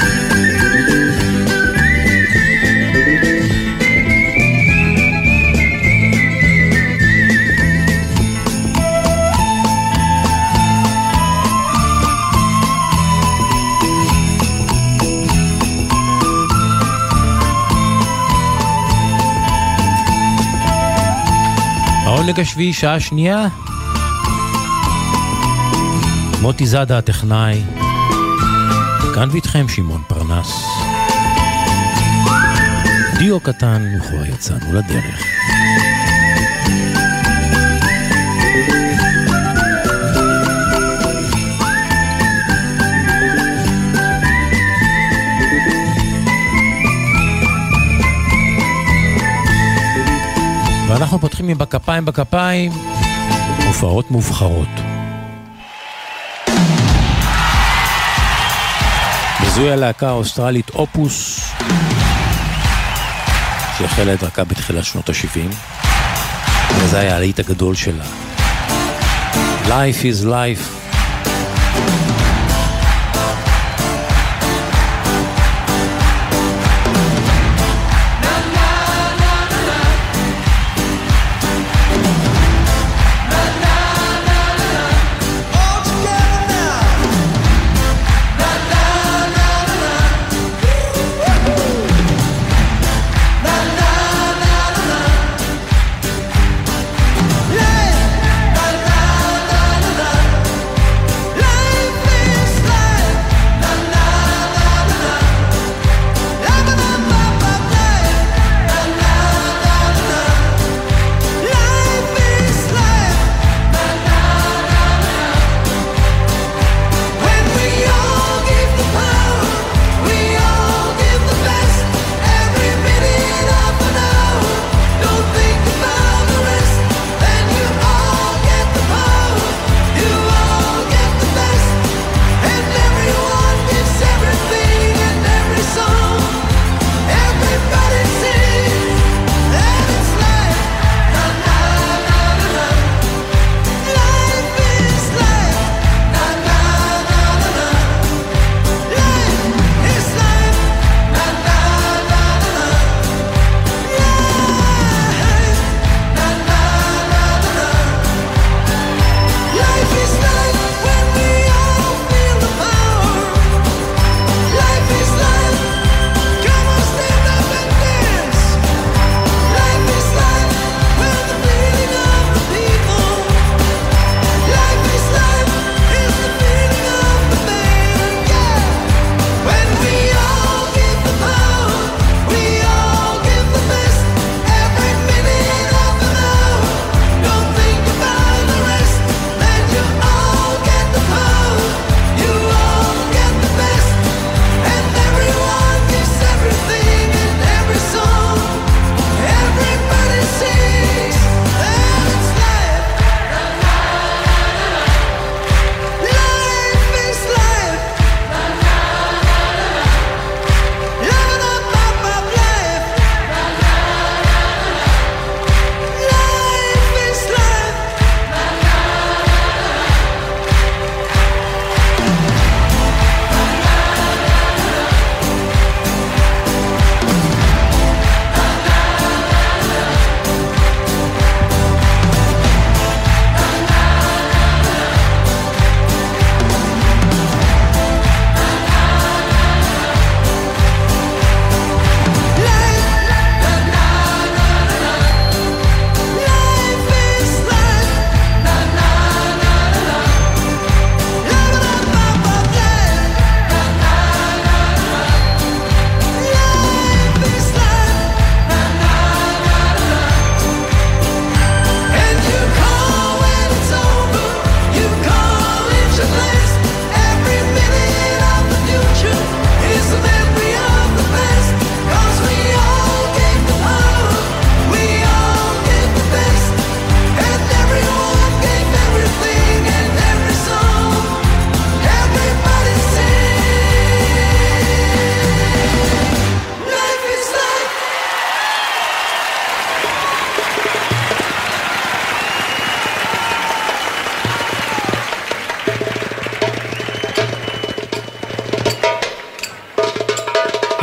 Speaker 4: העונג השביעי, שעה שנייה. מוטי זאדה הטכנאי, כאן ואיתכם שמעון פרנס. דיו קטן וכבר יצאנו לדרך. ואנחנו פותחים עם בכפיים, הופעות מובחרות. וזוהי הלהקה האוסטרלית אופוס, שהחלה את דרכה בתחילת שנות ה-70, וזה היה הלהיט הגדול שלה. Life is life.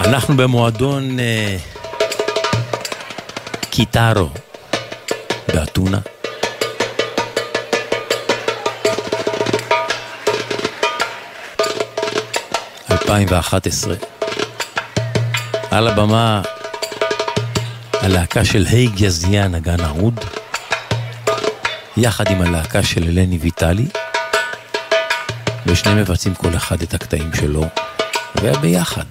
Speaker 4: אנחנו במועדון קיטארו באתונה. על הבמה הלהקה של הייג יזיאן נגן עוד, יחד עם הלהקה של אלני ויטלי, ושני מבצעים כל אחד את הקטעים שלו, וביחד.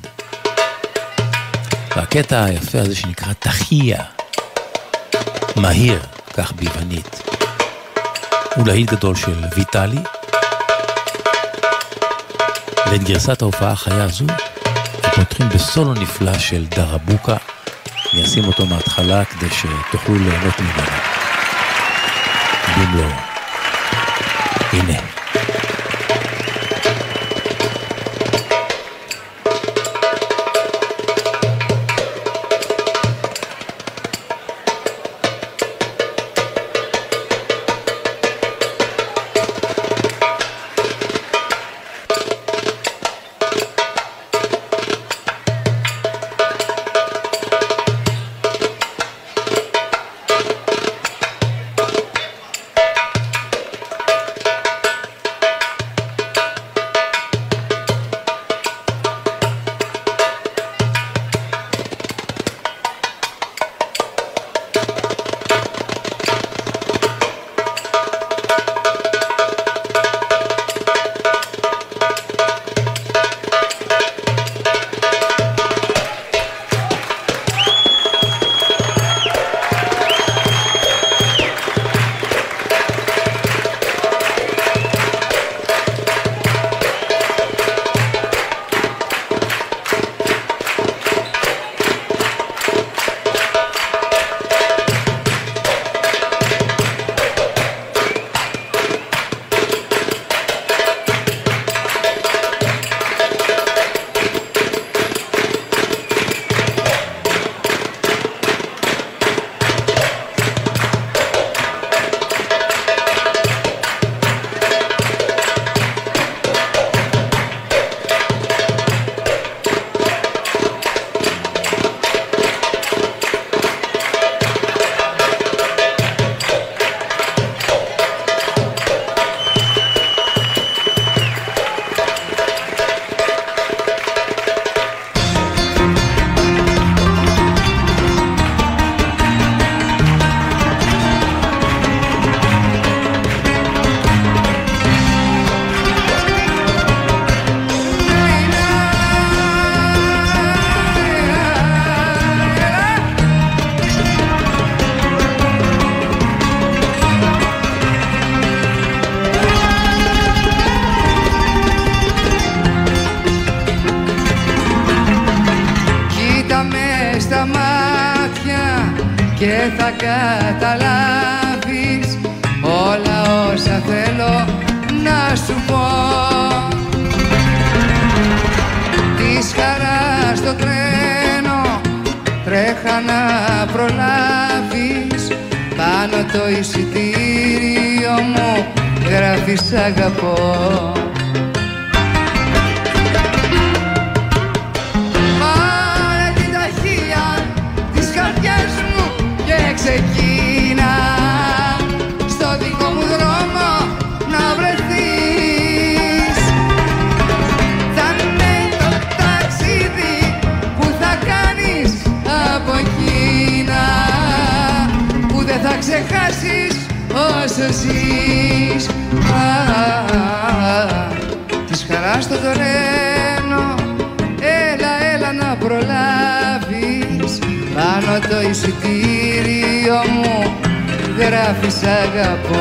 Speaker 4: והקטע היפה הזה שנקרא תחיה, מהיר, כך ביוונית, הוא להיט גדול של ויטלי, ואת גרסת ההופעה החיה הזו פותחים בסולו נפלא של דרבוקה. אני אשים אותו מההתחלה כדי שתוכלו ליהנות ממנו במלואו. הנה.
Speaker 20: και θα καταλάβεις όλα όσα θέλω να σου πω. Της χαράς στο τρένο τρέχα να προλάβεις, πάνω το εισιτήριο μου γράφεις αγαπώ. Ξεκίνα στο δικό μου δρόμο να βρεθείς. Θα είναι το ταξίδι που θα κάνεις από εκείνα, που δεν θα ξεχάσεις όσο ζεις. Της χαράς στο τρένο, έλα, έλα να προλάβεις, πάνω το εισιτήριο μου γράφεις αγαπώ.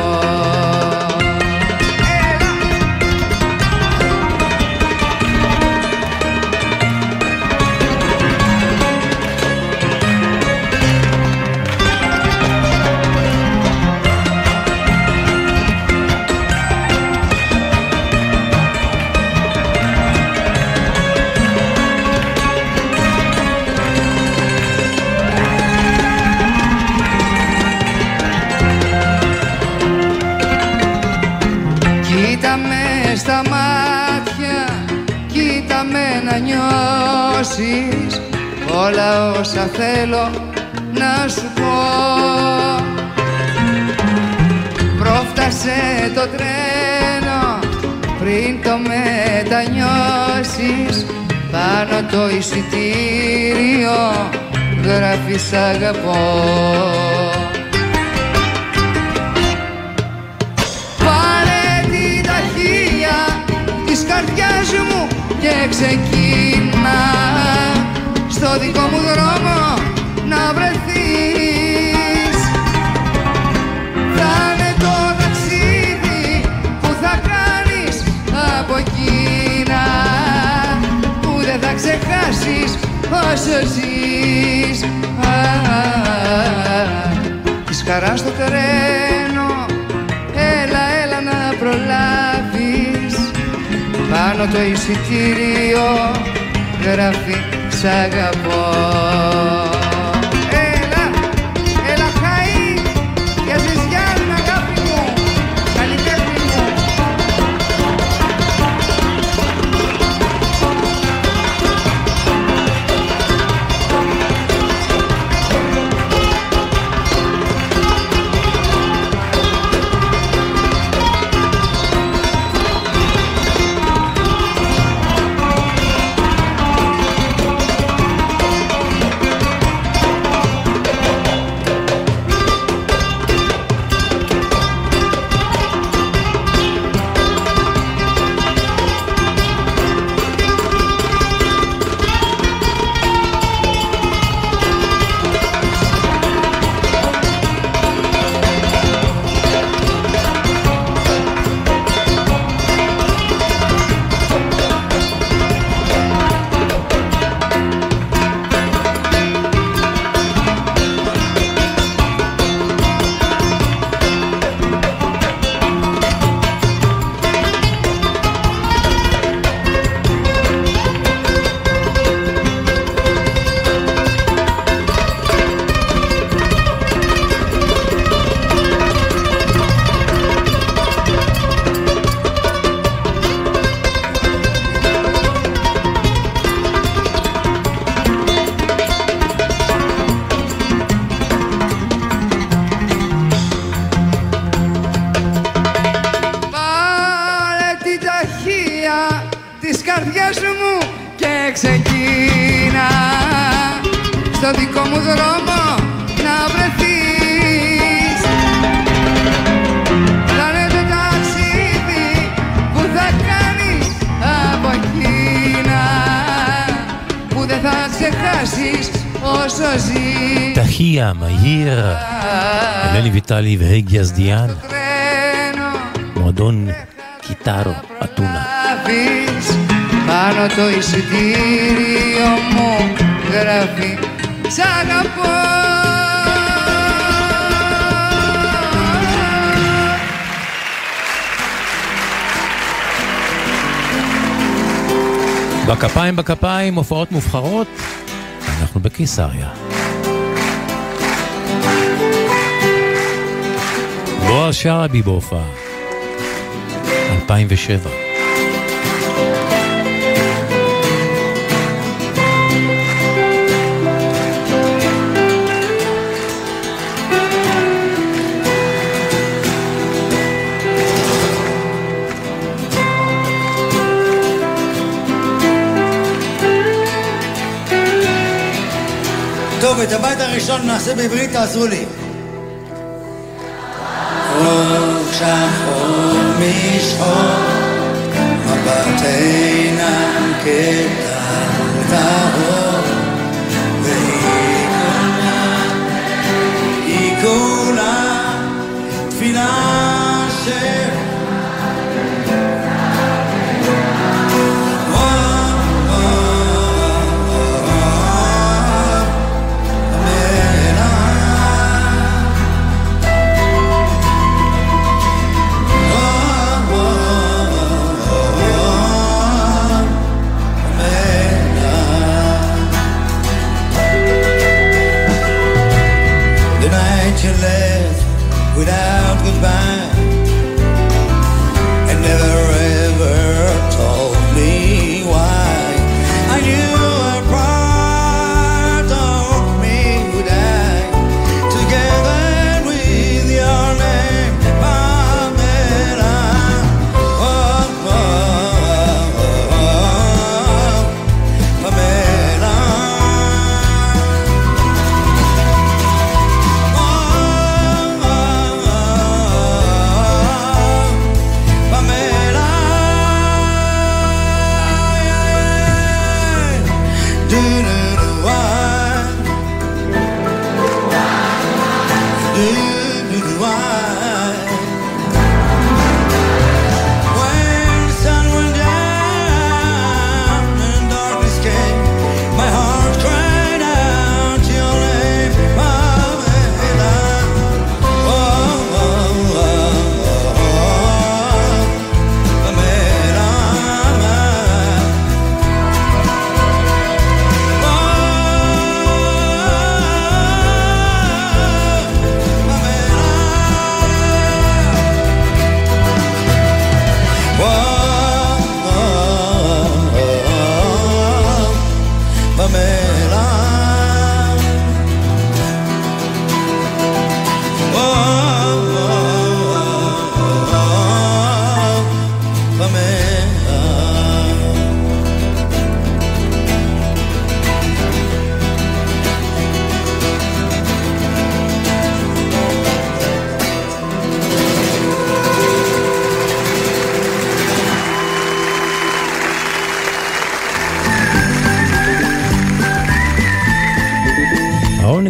Speaker 20: νιώσεις όλα όσα θέλω να σου πω. Πρόφτασε το τρένο πριν το μετανιώσεις, πάνω το εισιτήριο γράφει σ' αγαπώ. Πάρε την ταχεία της καρδιάς μου και ξεκίνα στο δικό μου δρόμο να βρεθείς. Θα είναι το ταξίδι που θα κάνεις από εκείνα που δεν θα ξεχάσεις όσο ζεις. Της χαράς στο τρένο, έλα, έλα να προλάβεις, πάνω το εισιτήριο γράφει σ' αγαπώ. Έλα, έλα χαΐ, για ζεζιάννα αγάπη μου, καλλιτέχνη μου. Ξεκίνα στο δικό μου δρόμο να βρεθείς. Θα είναι το ταξίδι που θα κάνεις από εκείνα που δεν θα ξεχάσεις όσο ζεις.
Speaker 4: תחיה, מהיר, אלני ויטלי והג יזדיאן, מועדון קיטארו, אתונה.
Speaker 20: Πάνω το εισιτήριο μου γράφει σ' αγαπώ.
Speaker 4: בכפיים בכפיים, הופעות מובחרות, אנחנו בקיסריה. בועז שרעבי בהופעה 2007.
Speaker 21: טוב, את הבית הראשון נעשה בעברית, תעזרו לי. רוח שחור משחור, מבט עינם כטל טהור, והיא כולה תפילה של you left without goodbye and never ever told me why. I knew I probably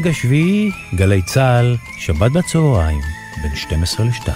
Speaker 4: רגע שביעי, גלי צהל, שבת בצהריים, בין 12 ל-2.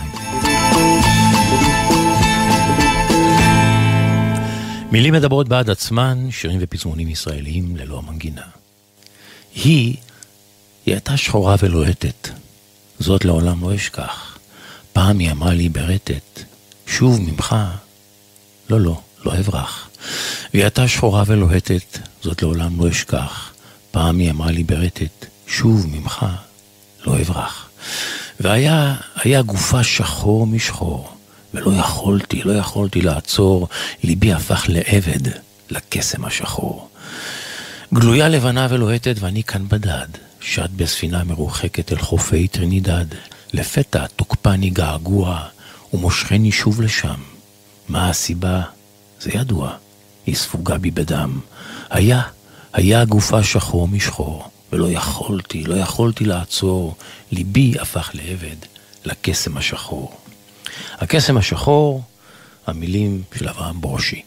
Speaker 4: מילים מדברות בעד עצמן, שירים ופזמונים ישראליים ללא המנגינה. היא הייתה שחורה ולוהטת, זאת לעולם לא אשכח. פעם היא אמרה לי ברטט, שוב ממך, לא אברח. והיא הייתה שחורה ולוהטת, זאת לעולם לא אשכח. פעם היא אמרה לי ברטט, שוב ממך, לא אברח. והיה גופה שחור משחור, ולא יכולתי לעצור, ליבי הפך לעבד, לקסם השחור. גלויה לבנה ולוהטת ואני כאן בדד, שט בספינה מרוחקת אל חופי טרינידד, לפתע תוקפני געגוע, ומושכני שוב לשם. מה הסיבה? זה ידוע, היא ספוגה בי בדם. היה גופה שחור משחור, ולא יכולתי לעצור, ליבי הפך לעבד, לקסם השחור. הקסם השחור, המילים של אברהם ברושי.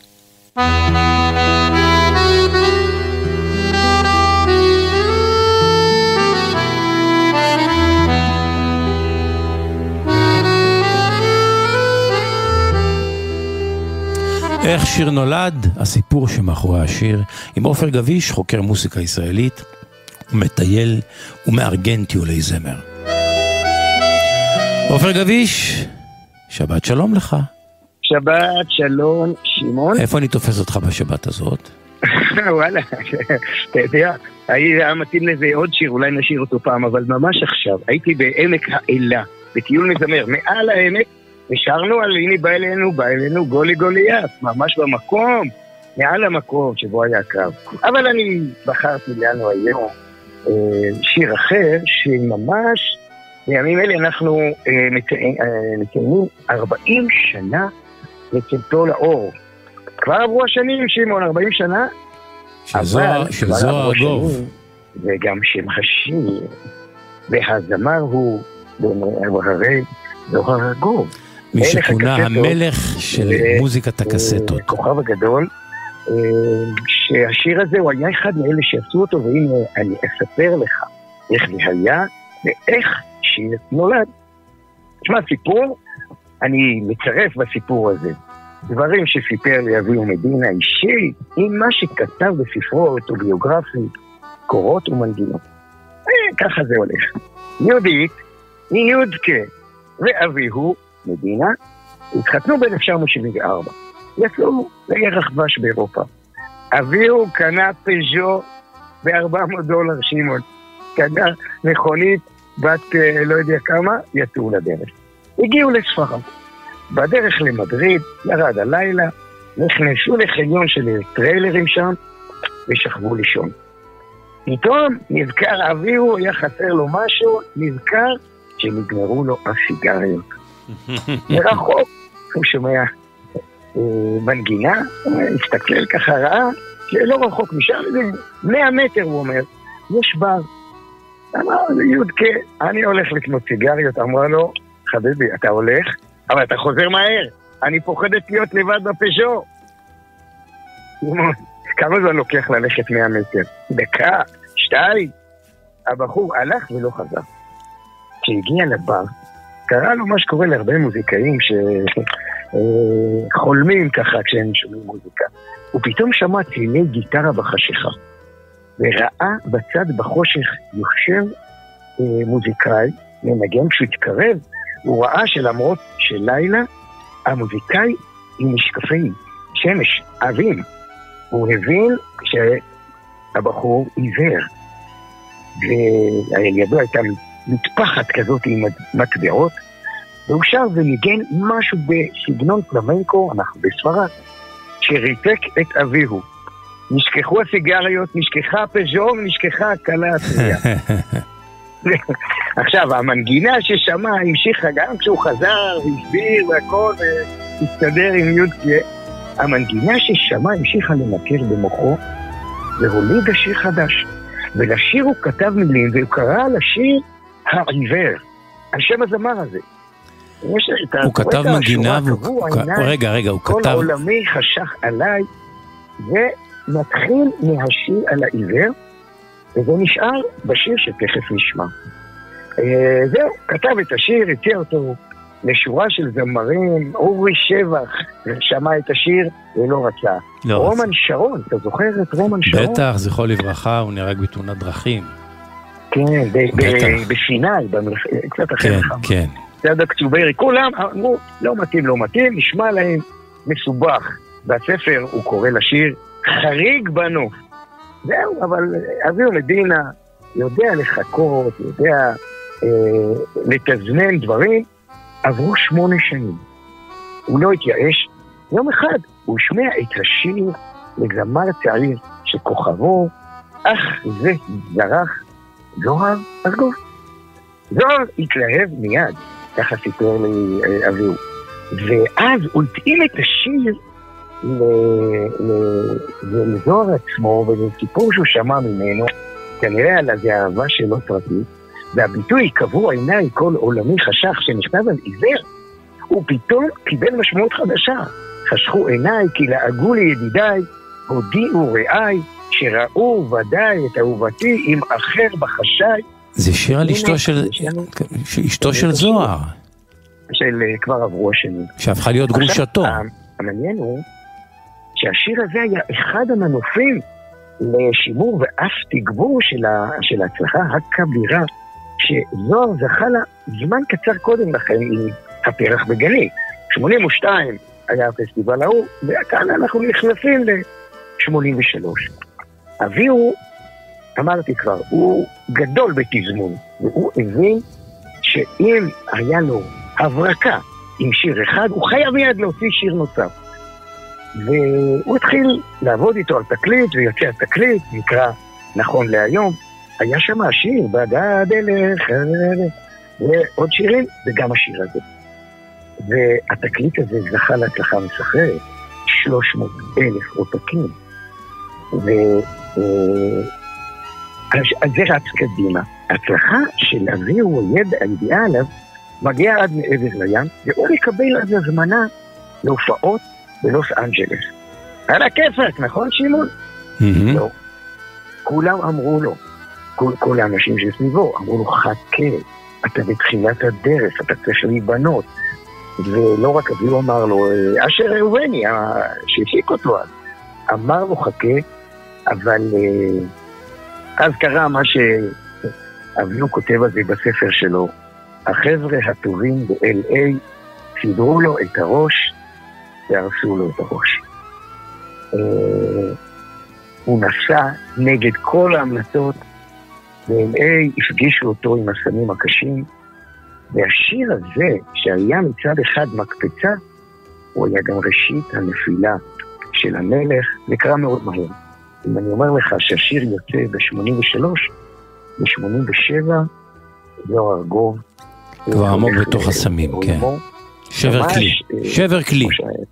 Speaker 4: איך שיר נולד, הסיפור שמאחורי השיר, עם עופר גביש, חוקר מוסיקה ישראלית, מטייל ומארגן טיולי זמר. עופר גביש, שבת שלום לך.
Speaker 5: שבת שלום, שמעון.
Speaker 4: איפה אני תופס אותך בשבת הזאת?
Speaker 5: וואלה, אתה יודע, היה מתאים לזה עוד שיר, אולי נשאיר אותו פעם, אבל ממש עכשיו, הייתי בעמק האלה, בטיול מזמר, מעל העמק, ושרנו על הנה בא אלינו גולי גוליית, ממש במקום, מעל המקום שבו היה הקרב. אבל אני בחרתי לנו היום שיר אחר, שממש בימים אלה אנחנו מציינים 40 שנה לצאתו לאור. כבר עברו השנים, שמעון, 40 שנה,
Speaker 4: של זוהר ארגוב.
Speaker 5: וגם שם השיר, והזמר הוא הרי זוהר ארגוב.
Speaker 4: מי שכונה המלך של מוזיקת הקסטות.
Speaker 5: כוכב הגדול, שהשיר הזה הוא היה אחד מאלה שעשו אותו, והנה אני אספר לך איך זה היה ואיך שיר נולד. תשמע, סיפור, אני מצרף בסיפור הזה דברים שסיפר לי אביהו מדינה אישי, עם מה שכתב בספרו אוטוביוגרפי, קורות ומנגינות. ככה זה הולך. יהודית, יודקה ואביהו מדינה התחתנו ב-1974. יצאו לירח דבש באירופה. אביהו קנה פז'ו $400, שמעון. קנה מכונית בת לא יודע כמה, יצאו לדרך. הגיעו לספרד. בדרך למדריד, ירד הלילה, נכנסו לחניון של טריילרים שם, ושכבו לישון. פתאום נזכר אביהו, היה חסר לו משהו, נזכר שנגמרו לו הסיגריות. מרחוק, הוא שומע מנגינה, הסתכל ככה ראה, שלא רחוק משם, 100 מטר הוא אומר, יש בר. אמר, יודקה, אני הולך לקנות סיגריות, אמרה לו, חביבי, אתה הולך, אבל אתה חוזר מהר, אני פוחדת להיות לבד בפז'ו. כמה זמן לוקח ללכת 100 מטר? דקה, 2. הבחור הלך ולא חזר. כשהגיע לבר, קרה לו מה שקורה להרבה מוזיקאים שחולמים ככה כשהם שומעים מוזיקה. הוא פתאום שמע צלילי גיטרה בחשיכה, וראה בצד בחושך יושב מוזיקאי, מנגן. כשהוא התקרב, הוא ראה שלמרות של לילה, המוזיקאי עם משקפי שמש, עבים. הוא הבין שהבחור עיוור, וידו הייתה מטפחת כזאת עם מטבעות, והוא שר וניגן משהו בסגנון פלמנקו, אנחנו בספרד, שריתק את אביהו. נשכחו הסיגריות, נשכחה הפז'ו ונשכחה הקלה הטריה. עכשיו, המנגינה ששמע המשיכה גם כשהוא חזר והסביר והכל והסתדר עם יודקה, המנגינה ששמע המשיכה למכר במוחו והוליד השיר חדש. ולשיר הוא כתב מילים, והוא קרא לשיר העיוור, על שם הזמר הזה.
Speaker 4: הוא כתב מנגינה, רגע, הוא כתב...
Speaker 5: כל העולמי חשך עליי, ומתחיל מהשיר על העיוור, וזה נשאר בשיר שתכף נשמע. זהו, כתב את השיר, הציע אותו לשורה של זמרים, אורי שבח, שמע את השיר ולא רצה.
Speaker 4: לא
Speaker 5: רומן
Speaker 4: רצה.
Speaker 5: שרון, אתה זוכר את רומן שרון?
Speaker 4: בטח, זכרו לברכה, הוא נהרג בתאונת דרכים.
Speaker 5: כן, בסיני, קצת אחר לך.
Speaker 4: כן.
Speaker 5: צד הקצוברי, כולם אמרו, לא מתאים, נשמע להם מסובך. בספר הוא קורא לשיר חריג בנוף. זהו, אבל אביהו מדינה יודע לחכות, יודע לתזמן דברים. עברו 8 שנים. הוא לא התייאש. יום אחד הוא שומע את השיר לזמר צעיר שכוכבו, אך זה זרח זוהר ארגוב. זוהר התלהב מיד, ככה סיפר לי אביהו. ואז הוא התאים את השיר לזוהר עצמו, וזה סיפור שהוא שמע ממנו, כנראה על איזה אהבה שלא פרטית, והביטוי קבוע עיניי כל עולמי חשך שנכתב על עיוור, הוא פתאום קיבל משמעות חדשה. חשכו עיניי כי לעגו לי ידידיי, הודיעו רעיי, שראו ודאי את אהובתי עם אחר בחשאי.
Speaker 4: זה שיר על אשתו של זוהר.
Speaker 5: של כבר עברו השנים.
Speaker 4: שהפכה להיות גרושתו.
Speaker 5: המעניין הוא שהשיר הזה היה אחד המנופים לשימור ואף תגבור של ההצלחה הכבירה שזוהר זכה לה זמן קצר קודם לכן עם הפרח בגני. 82 היה הפסטיבל ההוא, וכאן אנחנו נכנסים ל-83. אביהו, אמרתי כבר, הוא גדול בתזמון, והוא הבין שאם היה לו הברקה עם שיר אחד, הוא חייב מיד להוציא שיר נוסף. והוא התחיל לעבוד איתו על תקליט, ויוצא התקליט, נקרא נכון להיום, היה שם השיר, בדד אלך, ועוד שירים, וגם השיר הזה. והתקליט הזה זכה להצלחה מסחררת, 300,000 עותקים. אז זה רץ קדימה. ההצלחה של אביהו, הידיעה עליו, מגיעה עד מעבר לים, והוא מקבל אז הזמנה להופעות בלוס אנג'לס. על הכיפק, נכון שמעון? לא. כולם אמרו לו, כל האנשים שסביבו, אמרו לו, חכה, אתה בתחילת הדרך, אתה צריך להיבנות. ולא רק אביהו אמר לו, אשר ראובני, שהפיק אותו אז, אמר לו חכה, אבל אז קרה מה שאביהו כותב על זה בספר שלו, החבר'ה הטובים ב-LA סידרו לו את הראש והרסו לו את הראש. הוא נסע נגד כל ההמלצות, ב-LA הפגישו אותו עם הסמים הקשים, והשיר הזה, שהיה מצד אחד מקפצה, הוא היה גם ראשית הנפילה של המלך, נקרא מאוד מהר. אם אני אומר לך שהשיר יוצא ב-83, ב-87, זוהר ארגוב.
Speaker 4: כבר עמוק בתוך הסמים, כן. שבר כלי. שבר כלי.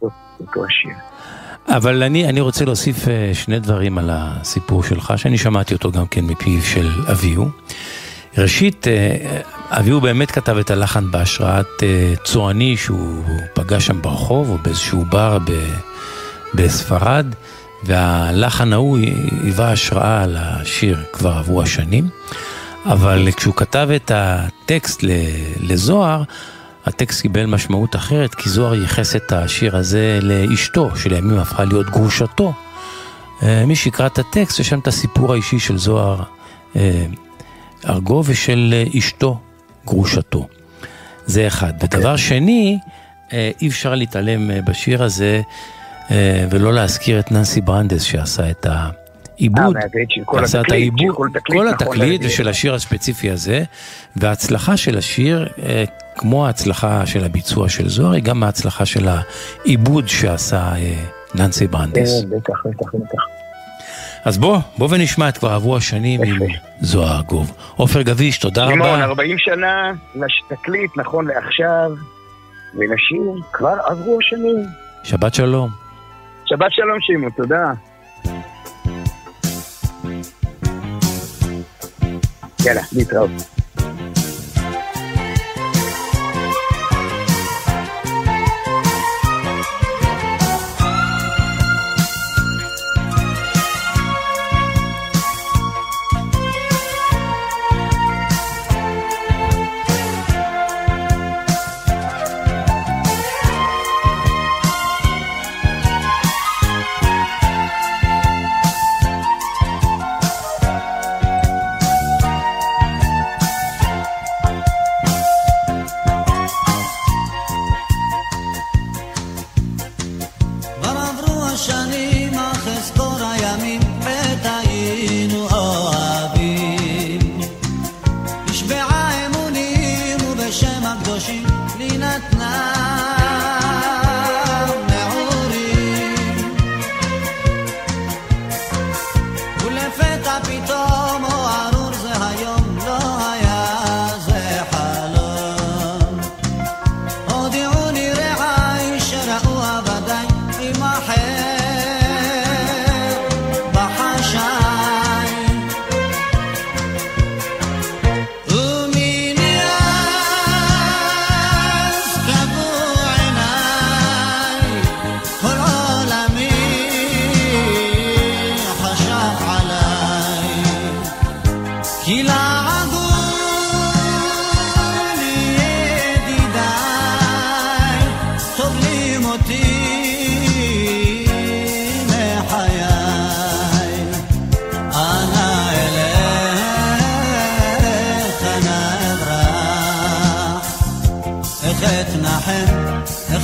Speaker 4: אבל אני רוצה להוסיף 2 דברים על הסיפור שלך, שאני שמעתי אותו גם כן מפיו של אביהו. ראשית, אביהו באמת כתב את הלחן בהשראת צועני שהוא פגש שם ברחוב או באיזשהו בר בספרד, והלחן ההוא היווה השראה על השיר כבר עברו השנים, אבל כשהוא כתב את הטקסט לזוהר, הטקסט קיבל משמעות אחרת, כי זוהר ייחס את השיר הזה לאשתו, שלימים הפכה להיות גרושתו. מי שיקרא את הטקסט, יש שם את הסיפור האישי של זוהר ארגוב ושל אשתו, גרושתו. זה אחד. ודבר שני, אי אפשר להתעלם בשיר הזה, ולא להזכיר את ננסי ברנדס שעשה את העיבוד, עשה את העיבוד, כל התקליט ושל השיר הספציפי הזה, וההצלחה של השיר, כמו ההצלחה של הביצוע של זוהר, היא גם ההצלחה של העיבוד שעשה ננסי ברנדס.
Speaker 5: בטח.
Speaker 4: אז בוא ונשמע את כבר עברו השנים עם זוהר ארגוב. עופר גביש, תודה רבה.
Speaker 5: לימון, 40 שנה לתקליט, נכון לעכשיו, ולשיר כבר עברו השנים.
Speaker 4: שבת שלום.
Speaker 5: שבת שלום שימו, תודה. יאללה, להתראות.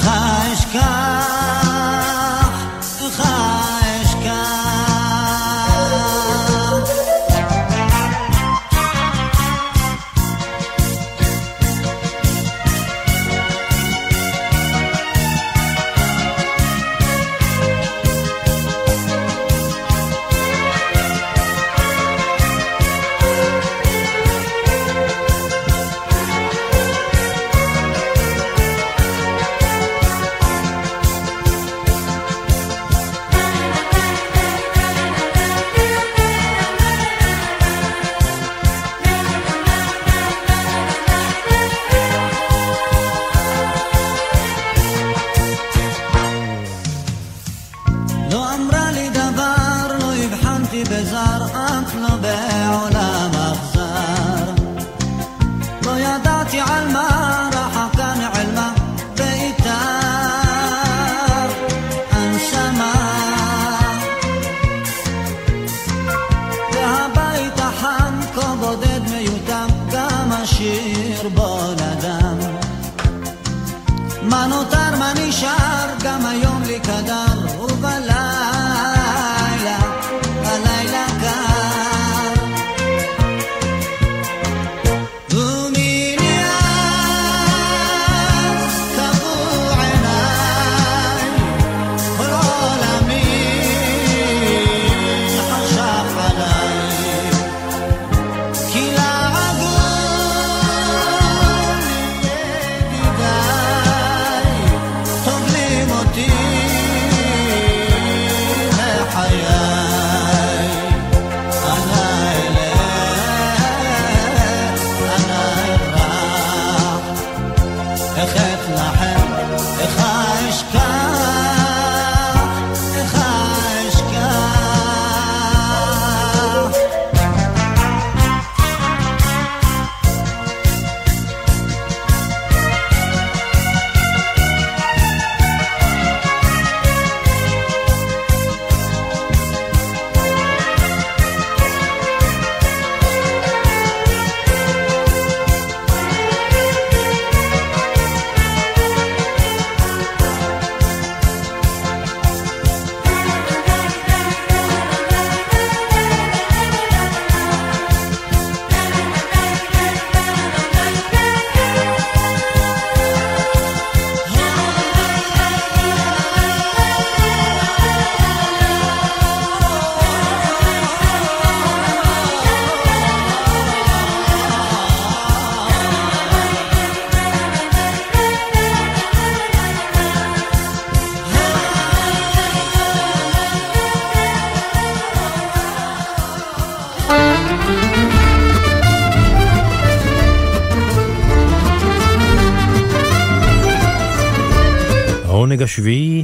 Speaker 4: העונג השביעי,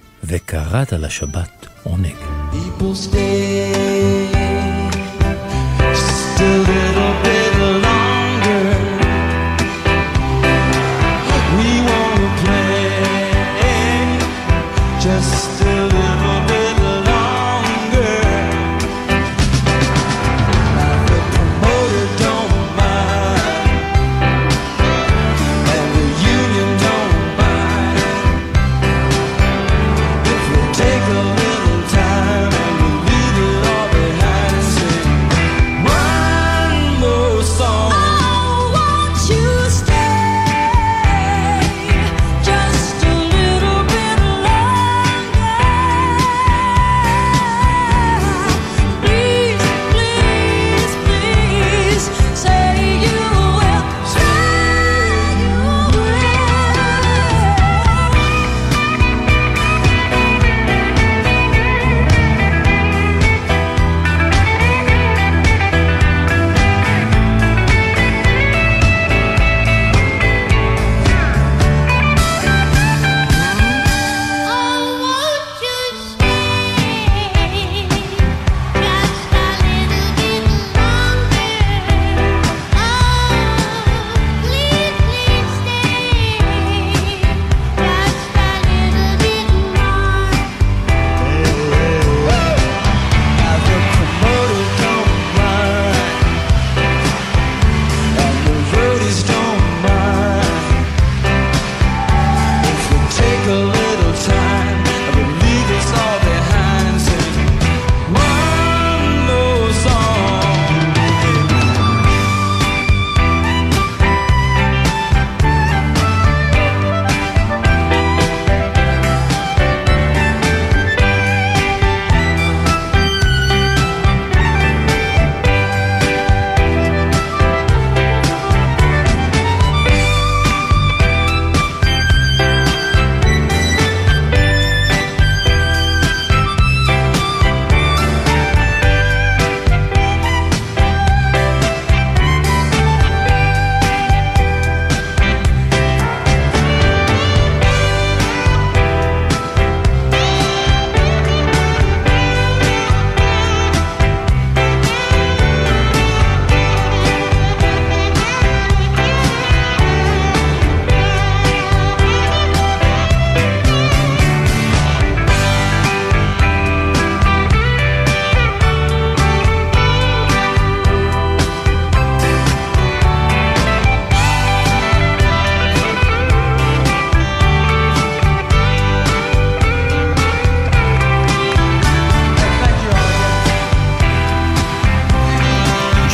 Speaker 4: וקראת לשבת עונג.
Speaker 7: People stay just a little bit longer. We want to play just a little bit longer. Now the promoter don't mind, and the union don't mind. If we take a little time and we leave it all behind, say one more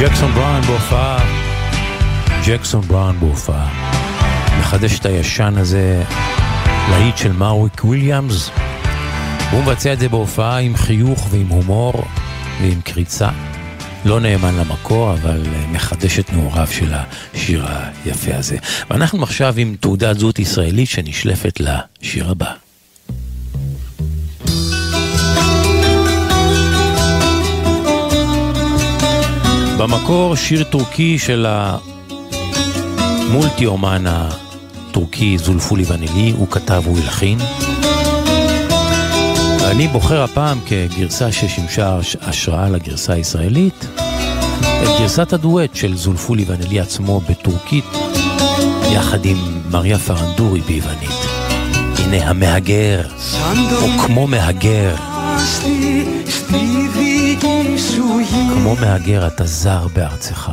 Speaker 4: ג'קסון בראון בהופעה, ג'קסון בראון בהופעה, מחדש את הישן הזה, להיט של מאוריק וויליאמס. הוא מבצע את זה בהופעה עם חיוך ועם הומור ועם קריצה. לא נאמן למקור, אבל מחדש את נעוריו של השיר היפה הזה. ואנחנו עכשיו עם תעודת זהות ישראלית שנשלפת לשיר הבא. במקור שיר טורקי של המולטי אומן הטורקי זולפולי ונלי, הוא כתב הוא הלחין. אני בוחר הפעם כגרסה ששימשה השראה לגרסה הישראלית את גרסת הדואט של זולפולי ונלי עצמו בטורקית יחד עם מריה פרנדורי ביוונית. הנה המהגר, או כמו מהגר, כמו מהגר אתה זר בארצך.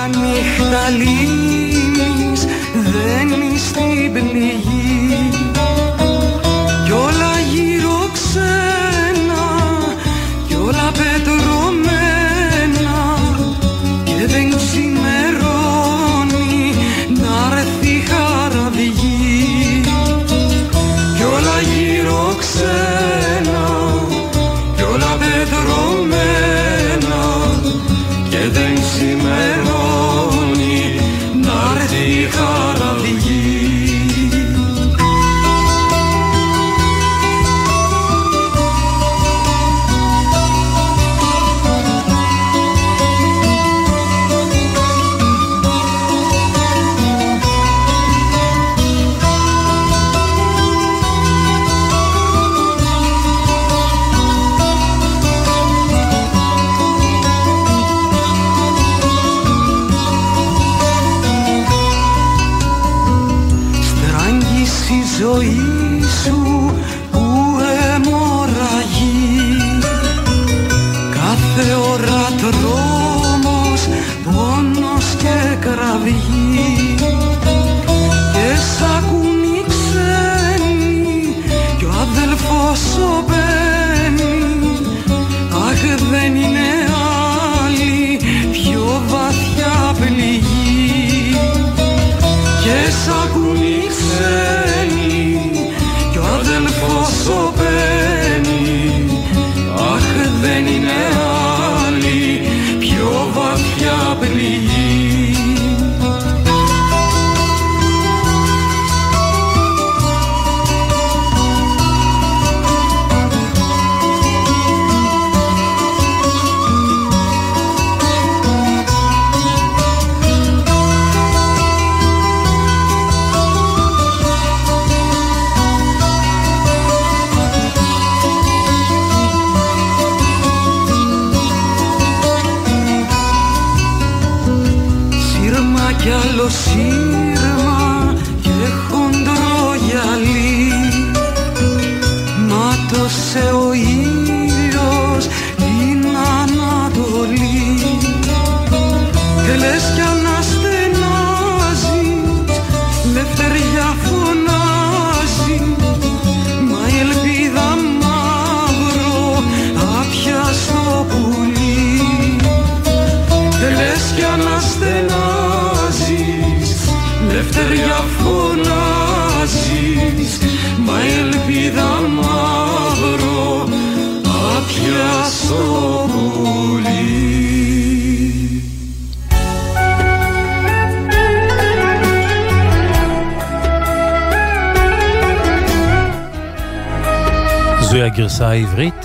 Speaker 4: זוהי הגרסה העברית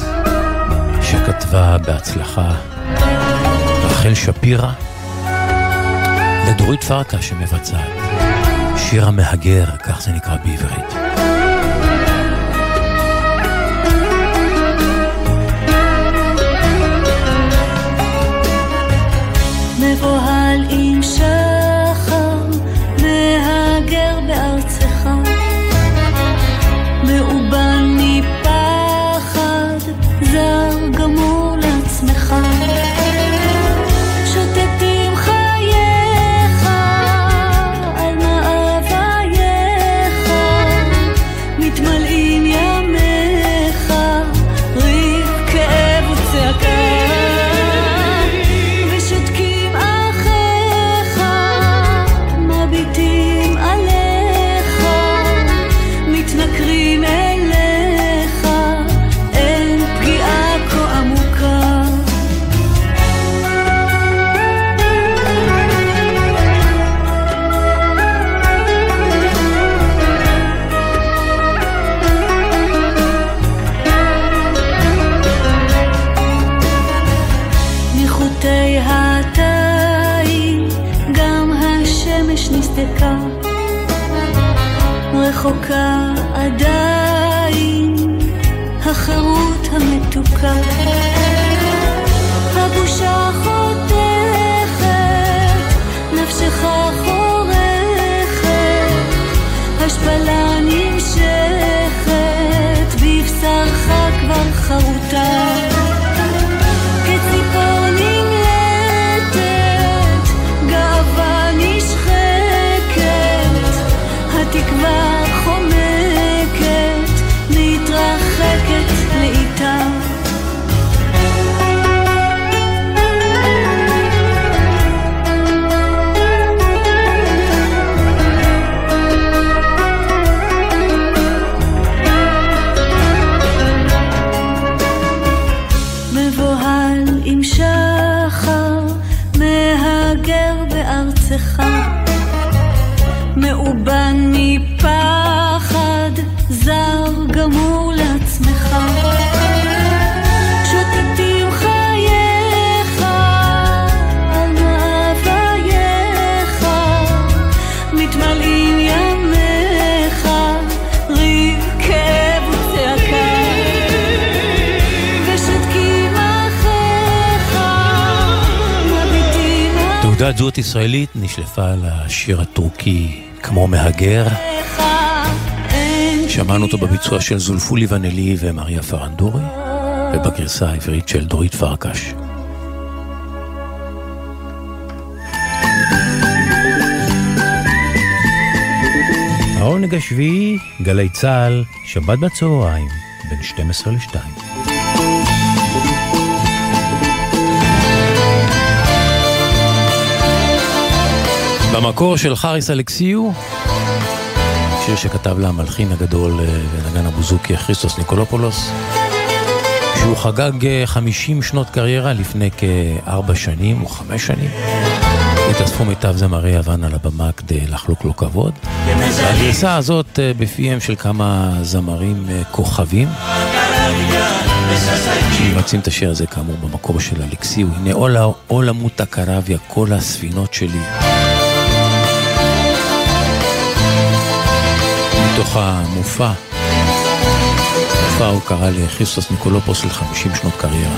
Speaker 4: שכתבה בהצלחה רחל שפירא לדורית פרקה שמבצעת שיר המהגר, כך זה נקרא בעברית.
Speaker 8: מבוהל עם שחר מהגר בארצך מאובן מפחד זר גמור לעצמך שוטטים חייך על מאווייך רחוקה עדיין החירות המתוקה, הבושה חותכת, נפשך חורכת, השפלה נמשכת, בבשרך כבר חרוטה, כציפור נמלטת, גאווה נשחקת, התקווה חומקת, מתרחקת לאיתה. מבוהל עם שחר, מהגר בארצך, מאובן מפחד, זר גמור לעצמך, שוטטים חייך על מאווייך, מתמלאים ימיך, ריב כאב וצעקה, ושותקים אחיך, מביטים
Speaker 4: תעודת זהות ישראלית נשלפה על השיר הטורקי כמו מהגר. שמענו אותו בביצוע של זולפו ליבנלי ומריה פרנדורי, ובגרסה העברית של דורית פרקש. העונג השביעי, גלי צהל, שבת בצהריים, בין 12 ל-2. במקור של חריס אלכסיו, שיר שכתב לה המלחין הגדול ונגן הבוזוקי כריסטוס ניקולופולוס, שהוא חגג 50 שנות קריירה לפני כ4 שנים או 5 שנים. התאספו מיטב זמרי יוון על הבמה כדי לחלוק לו כבוד. הגרסה הזאת בפיהם של כמה זמרים כוכבים שמבצעים את השיר הזה כאמור במקור של אלכסיו. הנה אולה מוטה קרביה, כל הספינות שלי, מתוך המופע הוא קרא לכריסטוס ניקולופוס של 50 שנות קריירה.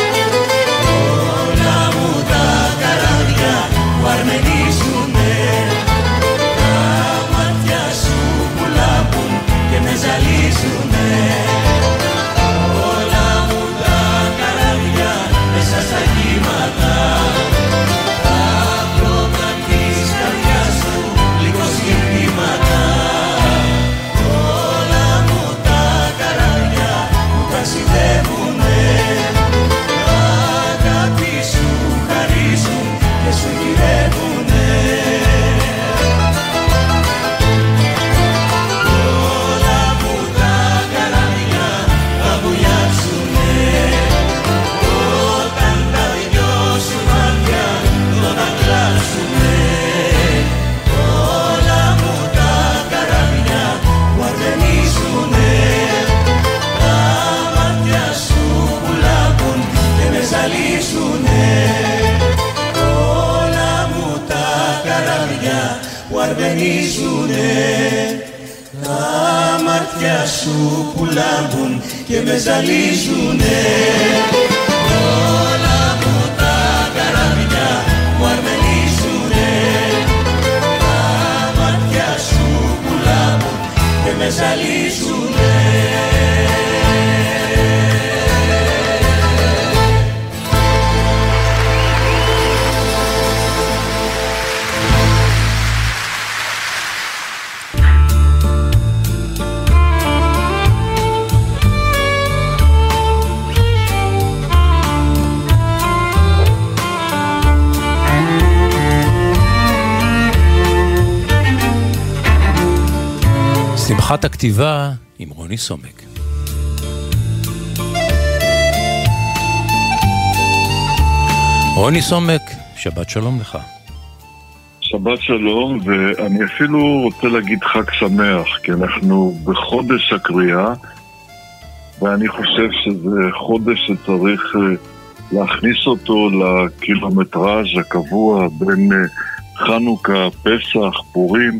Speaker 7: Σου πουλάμπουν και με ζαλίζουνε. Όλα μου τα καράβια μου αρμενίζουνε. Τα μάτια σου πουλάμπουν και με ζαλίζουνε.
Speaker 4: שמחת הכתיבה עם רוני סומק. רוני סומק, שבת שלום לך.
Speaker 9: שבת שלום, ואני אפילו רוצה להגיד חג שמח, כי אנחנו בחודש הקריאה, ואני חושב שזה חודש שצריך להכניס אותו לקילומטראז' הקבוע בין חנוכה, פסח, פורים,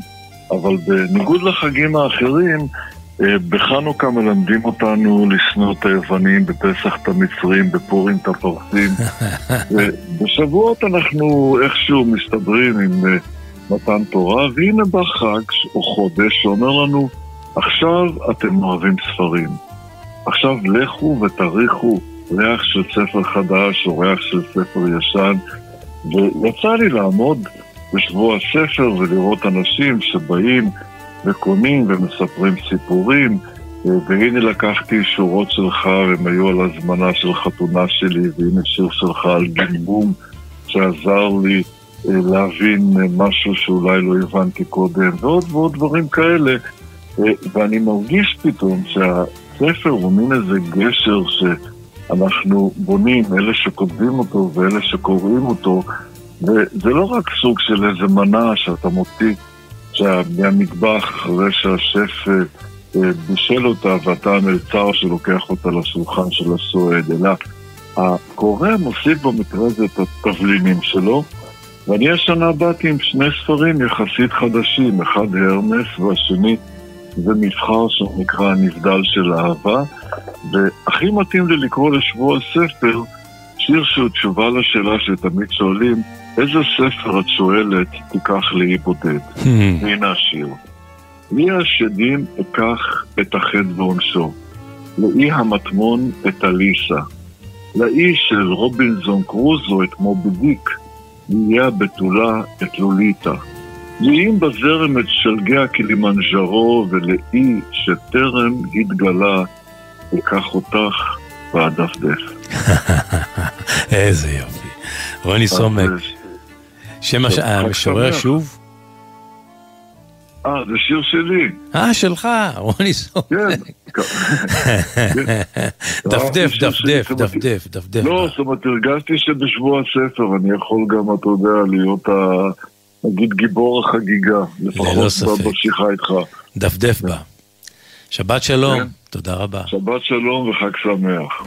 Speaker 9: אבל בניגוד לחגים האחרים, בחנוכה מלמדים אותנו לשנוא את היוונים, בפסח את המצרים, בפורים את הפרסים. ובשבועות אנחנו איכשהו מסתדרים עם מתן תורה, והנה בא חג או חודש שאומר לנו, עכשיו אתם אוהבים ספרים. עכשיו לכו ותריחו ריח של ספר חדש או ריח של ספר ישן. ויצא לי לעמוד בשבוע הספר ולראות אנשים שבאים וקונים ומספרים סיפורים, והנה לקחתי שורות שלך, והם היו על הזמנה של חתונה שלי, והנה שיר שלך על גמבום שעזר לי להבין משהו שאולי לא הבנתי קודם, ועוד ועוד דברים כאלה. ואני מרגיש פתאום שהספר הוא מין איזה גשר שאנחנו בונים, אלה שכותבים אותו ואלה שקוראים אותו, וזה לא רק סוג של איזה מנה שאתה מוציא מהמטבח אחרי שהשף בישל אותה ואתה המלצר שלוקח אותה לשולחן של הסועד, אלא הקורא מוסיף במקרה הזה את התבלינים שלו. ואני השנה באתי עם שני ספרים יחסית חדשים, אחד הרמס והשני זה מבחר שנקרא נבדל של אהבה, והכי מתאים לי לקרוא לשבוע הספר שיר שהוא תשובה לשאלה שתמיד שואלים, איזה ספר את שואלת תיקח לאי בודד? והנה השיר. לאי השדים אקח את החטא ועונשו, לאי המטמון את אליסה, לאי של רובינזון קרוזו את מובי דיק, יהיה הבתולה את לוליטה. לאיים בזרם את שלגי הקילימנג'רו, ולאי שטרם התגלה אקח אותך ואדפדף.
Speaker 4: איזה יופי. רוני סומק. שם המשורר שוב?
Speaker 9: זה שיר שלי.
Speaker 4: שלך, רוני סומק. דפדף, דפדף, דפדף, דפדף.
Speaker 9: לא, זאת אומרת, הרגשתי שבשבוע הספר אני יכול גם, אתה יודע, להיות נגיד גיבור החגיגה. לפחות בשיחה איתך.
Speaker 4: דפדף בה. שבת שלום, תודה רבה.
Speaker 9: שבת שלום וחג שמח.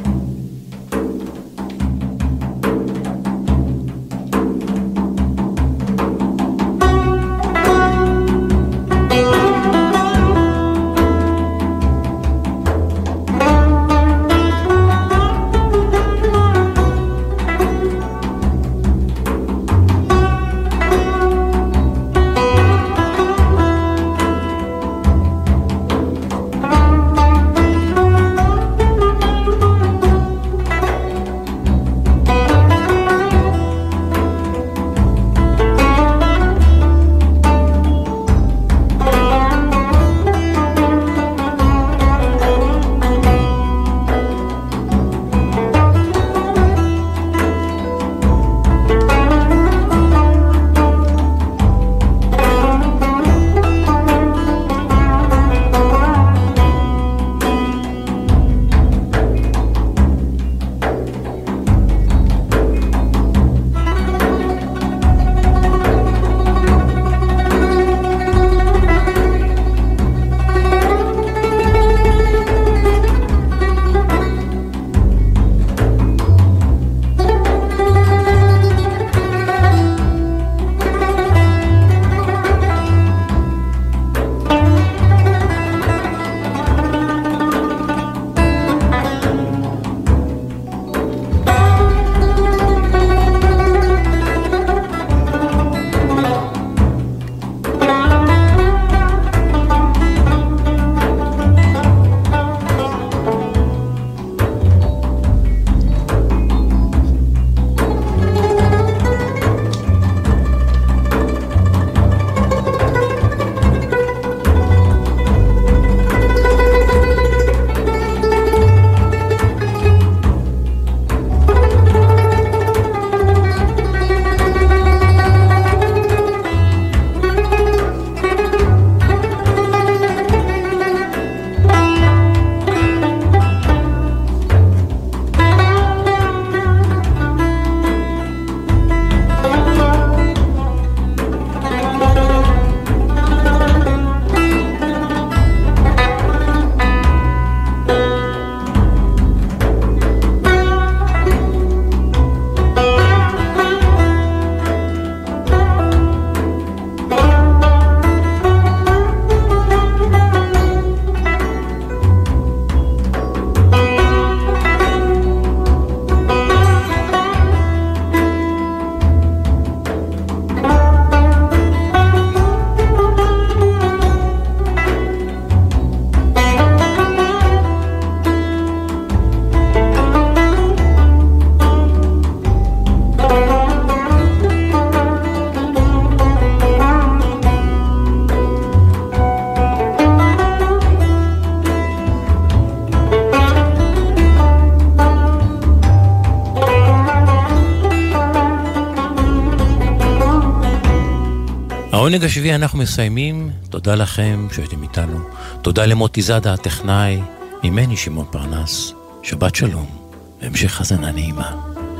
Speaker 4: בעונג השביעי אנחנו מסיימים. תודה לכם שהייתם איתנו. תודה למוטי זאדה הטכנאי. ממני שמעון פרנס. שבת שלום והמשך האזנה נעימה.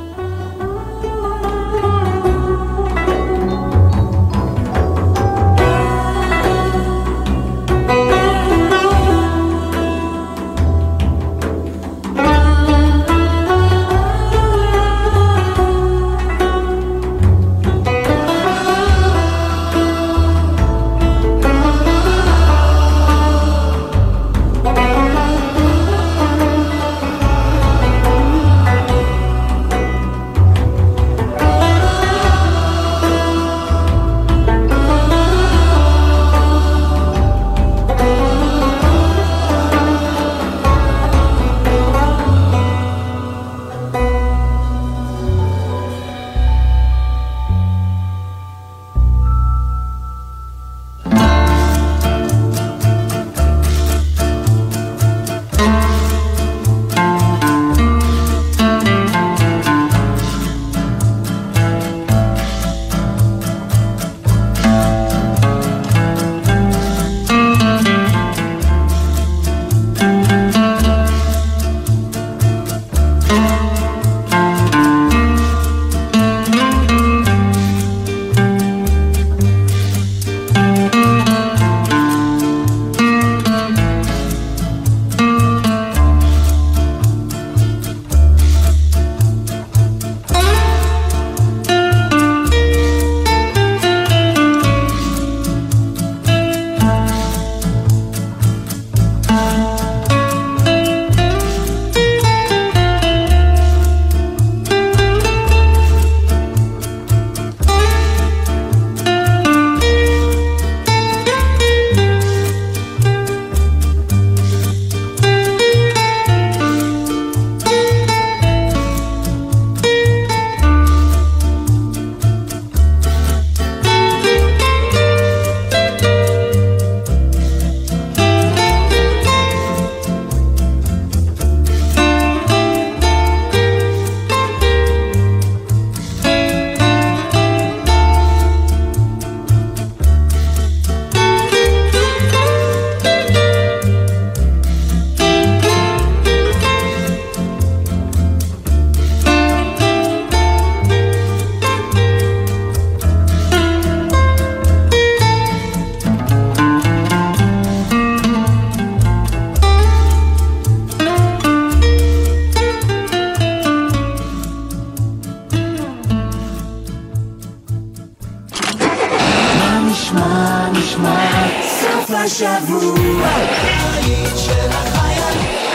Speaker 7: השבוע העיר של החיילים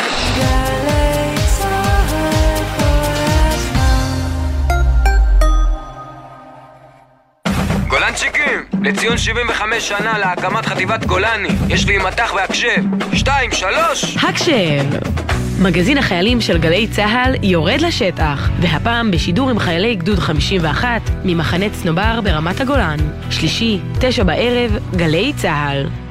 Speaker 7: גלי צהל כל הזמן.
Speaker 10: גולנצ'יקים, לציון 75 שנה להקמת חטיבת גולני, יש לי מתח והקשב 2, 3
Speaker 22: הקשב. מגזין החיילים של גלי צהל יורד לשטח, והפעם בשידור עם חיילי גדוד 51 ממחנה צנובר ברמת הגולן. שלישי, 9 בערב, גלי צהל.